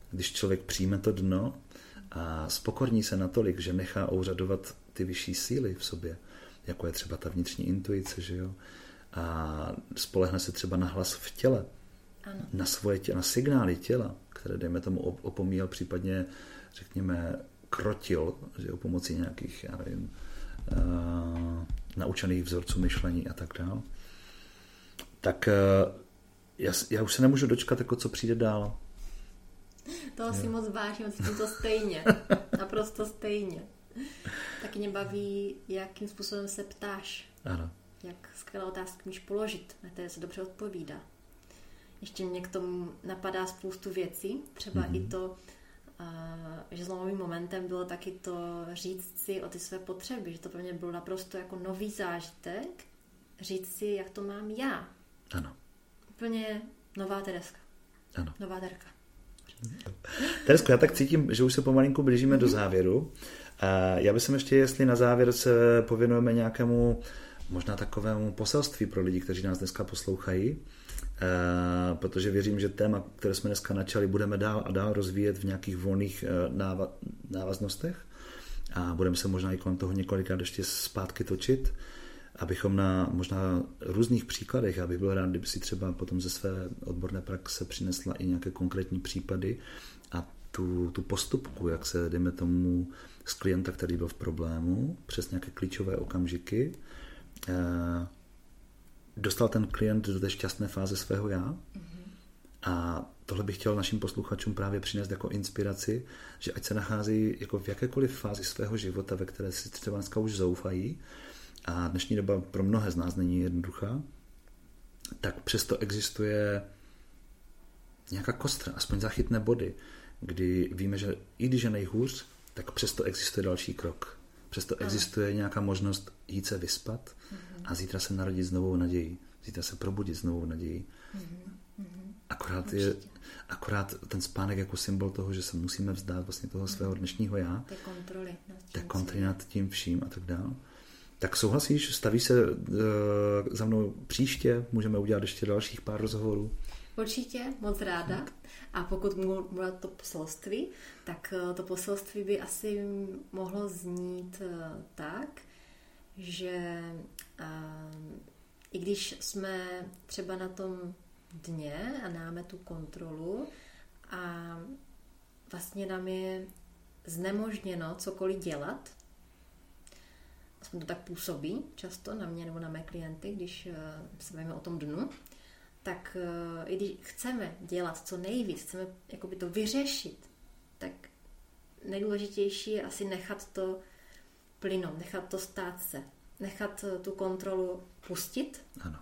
S1: když člověk přijme to dno a spokorní se natolik, že nechá ouřadovat ty vyšší síly v sobě, jako je třeba ta vnitřní intuice, že jo? A spolehne se třeba na hlas v těle,
S2: ano.
S1: Na svoje tělo, na signály těla, které, dejme tomu, opomíjel, případně, řekněme, krotil, že jo, pomocí nějakých, já nevím, naučených vzorců myšlení a tak dále. Tak já už se nemůžu dočkat, jako co přijde dál.
S2: Toho si moc vážím, cítím to stejně. Naprosto stejně. Taky mě baví, jakým způsobem se ptáš.
S1: Ano.
S2: Jak skvělé otázky můžeš položit, na které se dobře odpovídá. Ještě mě k tomu napadá spoustu věcí. Třeba i to, že zlomovým momentem bylo taky to říct si o ty své potřeby. Že to pro mě bylo naprosto jako nový zážitek. Říct si, jak to mám já.
S1: Ano.
S2: Úplně nová Tereska.
S1: Ano.
S2: Nová Terka.
S1: Teresko, já tak cítím, že už se pomalinku blížíme do závěru. Já bych ještě, jestli na závěr se pověnujeme nějakému možná takovému poselství pro lidi, kteří nás dneska poslouchají, protože věřím, že téma, které jsme dneska načali, budeme dál a dál rozvíjet v nějakých volných návaznostech a budeme se možná i kolem toho několikrát ještě zpátky točit, abychom na možná různých příkladech, já bych byl rád, kdyby si třeba potom ze své odborné praxe přinesla i nějaké konkrétní případy a tu postupku, jak se, dejme tomu, z klienta, který byl v problému, přes nějaké klíčové okamžiky, dostal ten klient do té šťastné fáze svého já. A tohle bych chtěl našim posluchačům právě přinést jako inspiraci, že ať se nachází jako v jakékoliv fázi svého života, ve které si třeba dneska už zoufají, a dnešní doba pro mnohé z nás není jednoduchá, tak přesto existuje nějaká kostra, aspoň záchytné body, kdy víme, že i když je nejhůř, tak přesto existuje další krok. Přesto existuje nějaká možnost jít se vyspat a zítra se narodit s novou nadějí. Zítra se probudit s novou nadějí. Akorát ten spánek jako symbol toho, že se musíme vzdát vlastně toho svého dnešního já. Té kontroly nad tím vším a tak dále. Tak souhlasíš, stavíš se za mnou příště, můžeme udělat ještě dalších pár rozhovorů.
S2: Určitě, moc ráda. A pokud můžu to poselství, tak to poselství by asi mohlo znít tak, že i když jsme třeba na tom dně a máme tu kontrolu a vlastně nám je znemožněno cokoliv dělat, aspoň to tak působí často na mě nebo na mé klienty, když se bavíme o tom dnu, tak i když chceme dělat co nejvíc, chceme jakoby to vyřešit, tak nejdůležitější je asi nechat to plynout, nechat to stát se, nechat tu kontrolu pustit.
S1: Ano.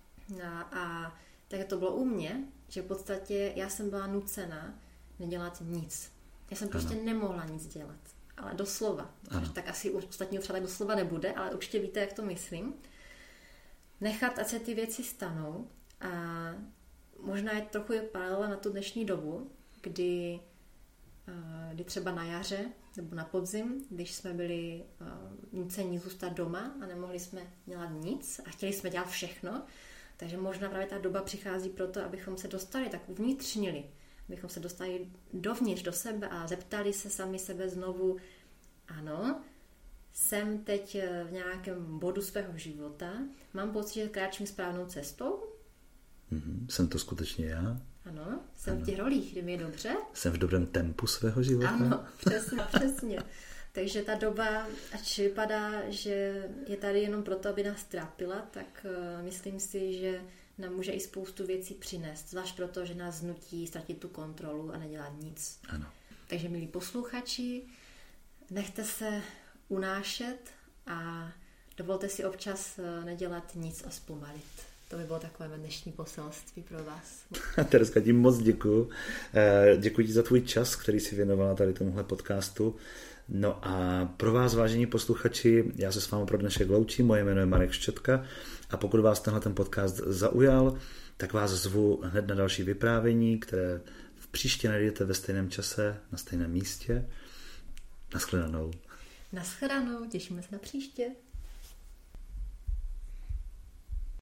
S2: A tak to bylo u mě, že v podstatě já jsem byla nucena nedělat nic. Já jsem prostě nemohla nic dělat. Ale doslova. Tak asi ostatního třeba tak doslova nebude, ale určitě víte, jak to myslím. Nechat, ať se ty věci stanou. A možná je trochu paralela na tu dnešní dobu, kdy třeba na jaře nebo na podzim, když jsme byli nuceni zůstat doma a nemohli jsme dělat nic a chtěli jsme dělat všechno, takže možná právě ta doba přichází proto, abychom se dostali tak uvnitřnili, abychom se dostali dovnitř, do sebe a zeptali se sami sebe znovu, ano, jsem teď v nějakém bodu svého života, mám pocit, že kráčím správnou cestou.
S1: Jsem to skutečně já?
S2: Ano, jsem v těch rolích, kdy mi je dobře.
S1: Jsem v dobrém tempu svého života?
S2: Ano, přesně. Takže ta doba, ač vypadá, že je tady jenom proto, aby nás trápila, tak myslím si, že nám může i spoustu věcí přinést. Zvlášť proto, že nás nutí ztratit tu kontrolu a nedělat nic.
S1: Ano. Takže,
S2: milí posluchači, nechte se unášet a dovolte si občas nedělat nic a zpomalit. To by bylo takové dnešní poselství pro vás.
S1: Tereska, tím moc děkuju. Děkuji ti za tvůj čas, který jsi věnovala tady tomuhle podcastu. No a pro vás, vážení posluchači, já se s vámi pro dnešek loučím, moje jméno je Marek Ščetka a pokud vás tenhle ten podcast zaujal, tak vás zvu hned na další vyprávění, které v příště najdete ve stejném čase, na stejném místě. Naschledanou.
S2: Naschledanou, těšíme se na příště.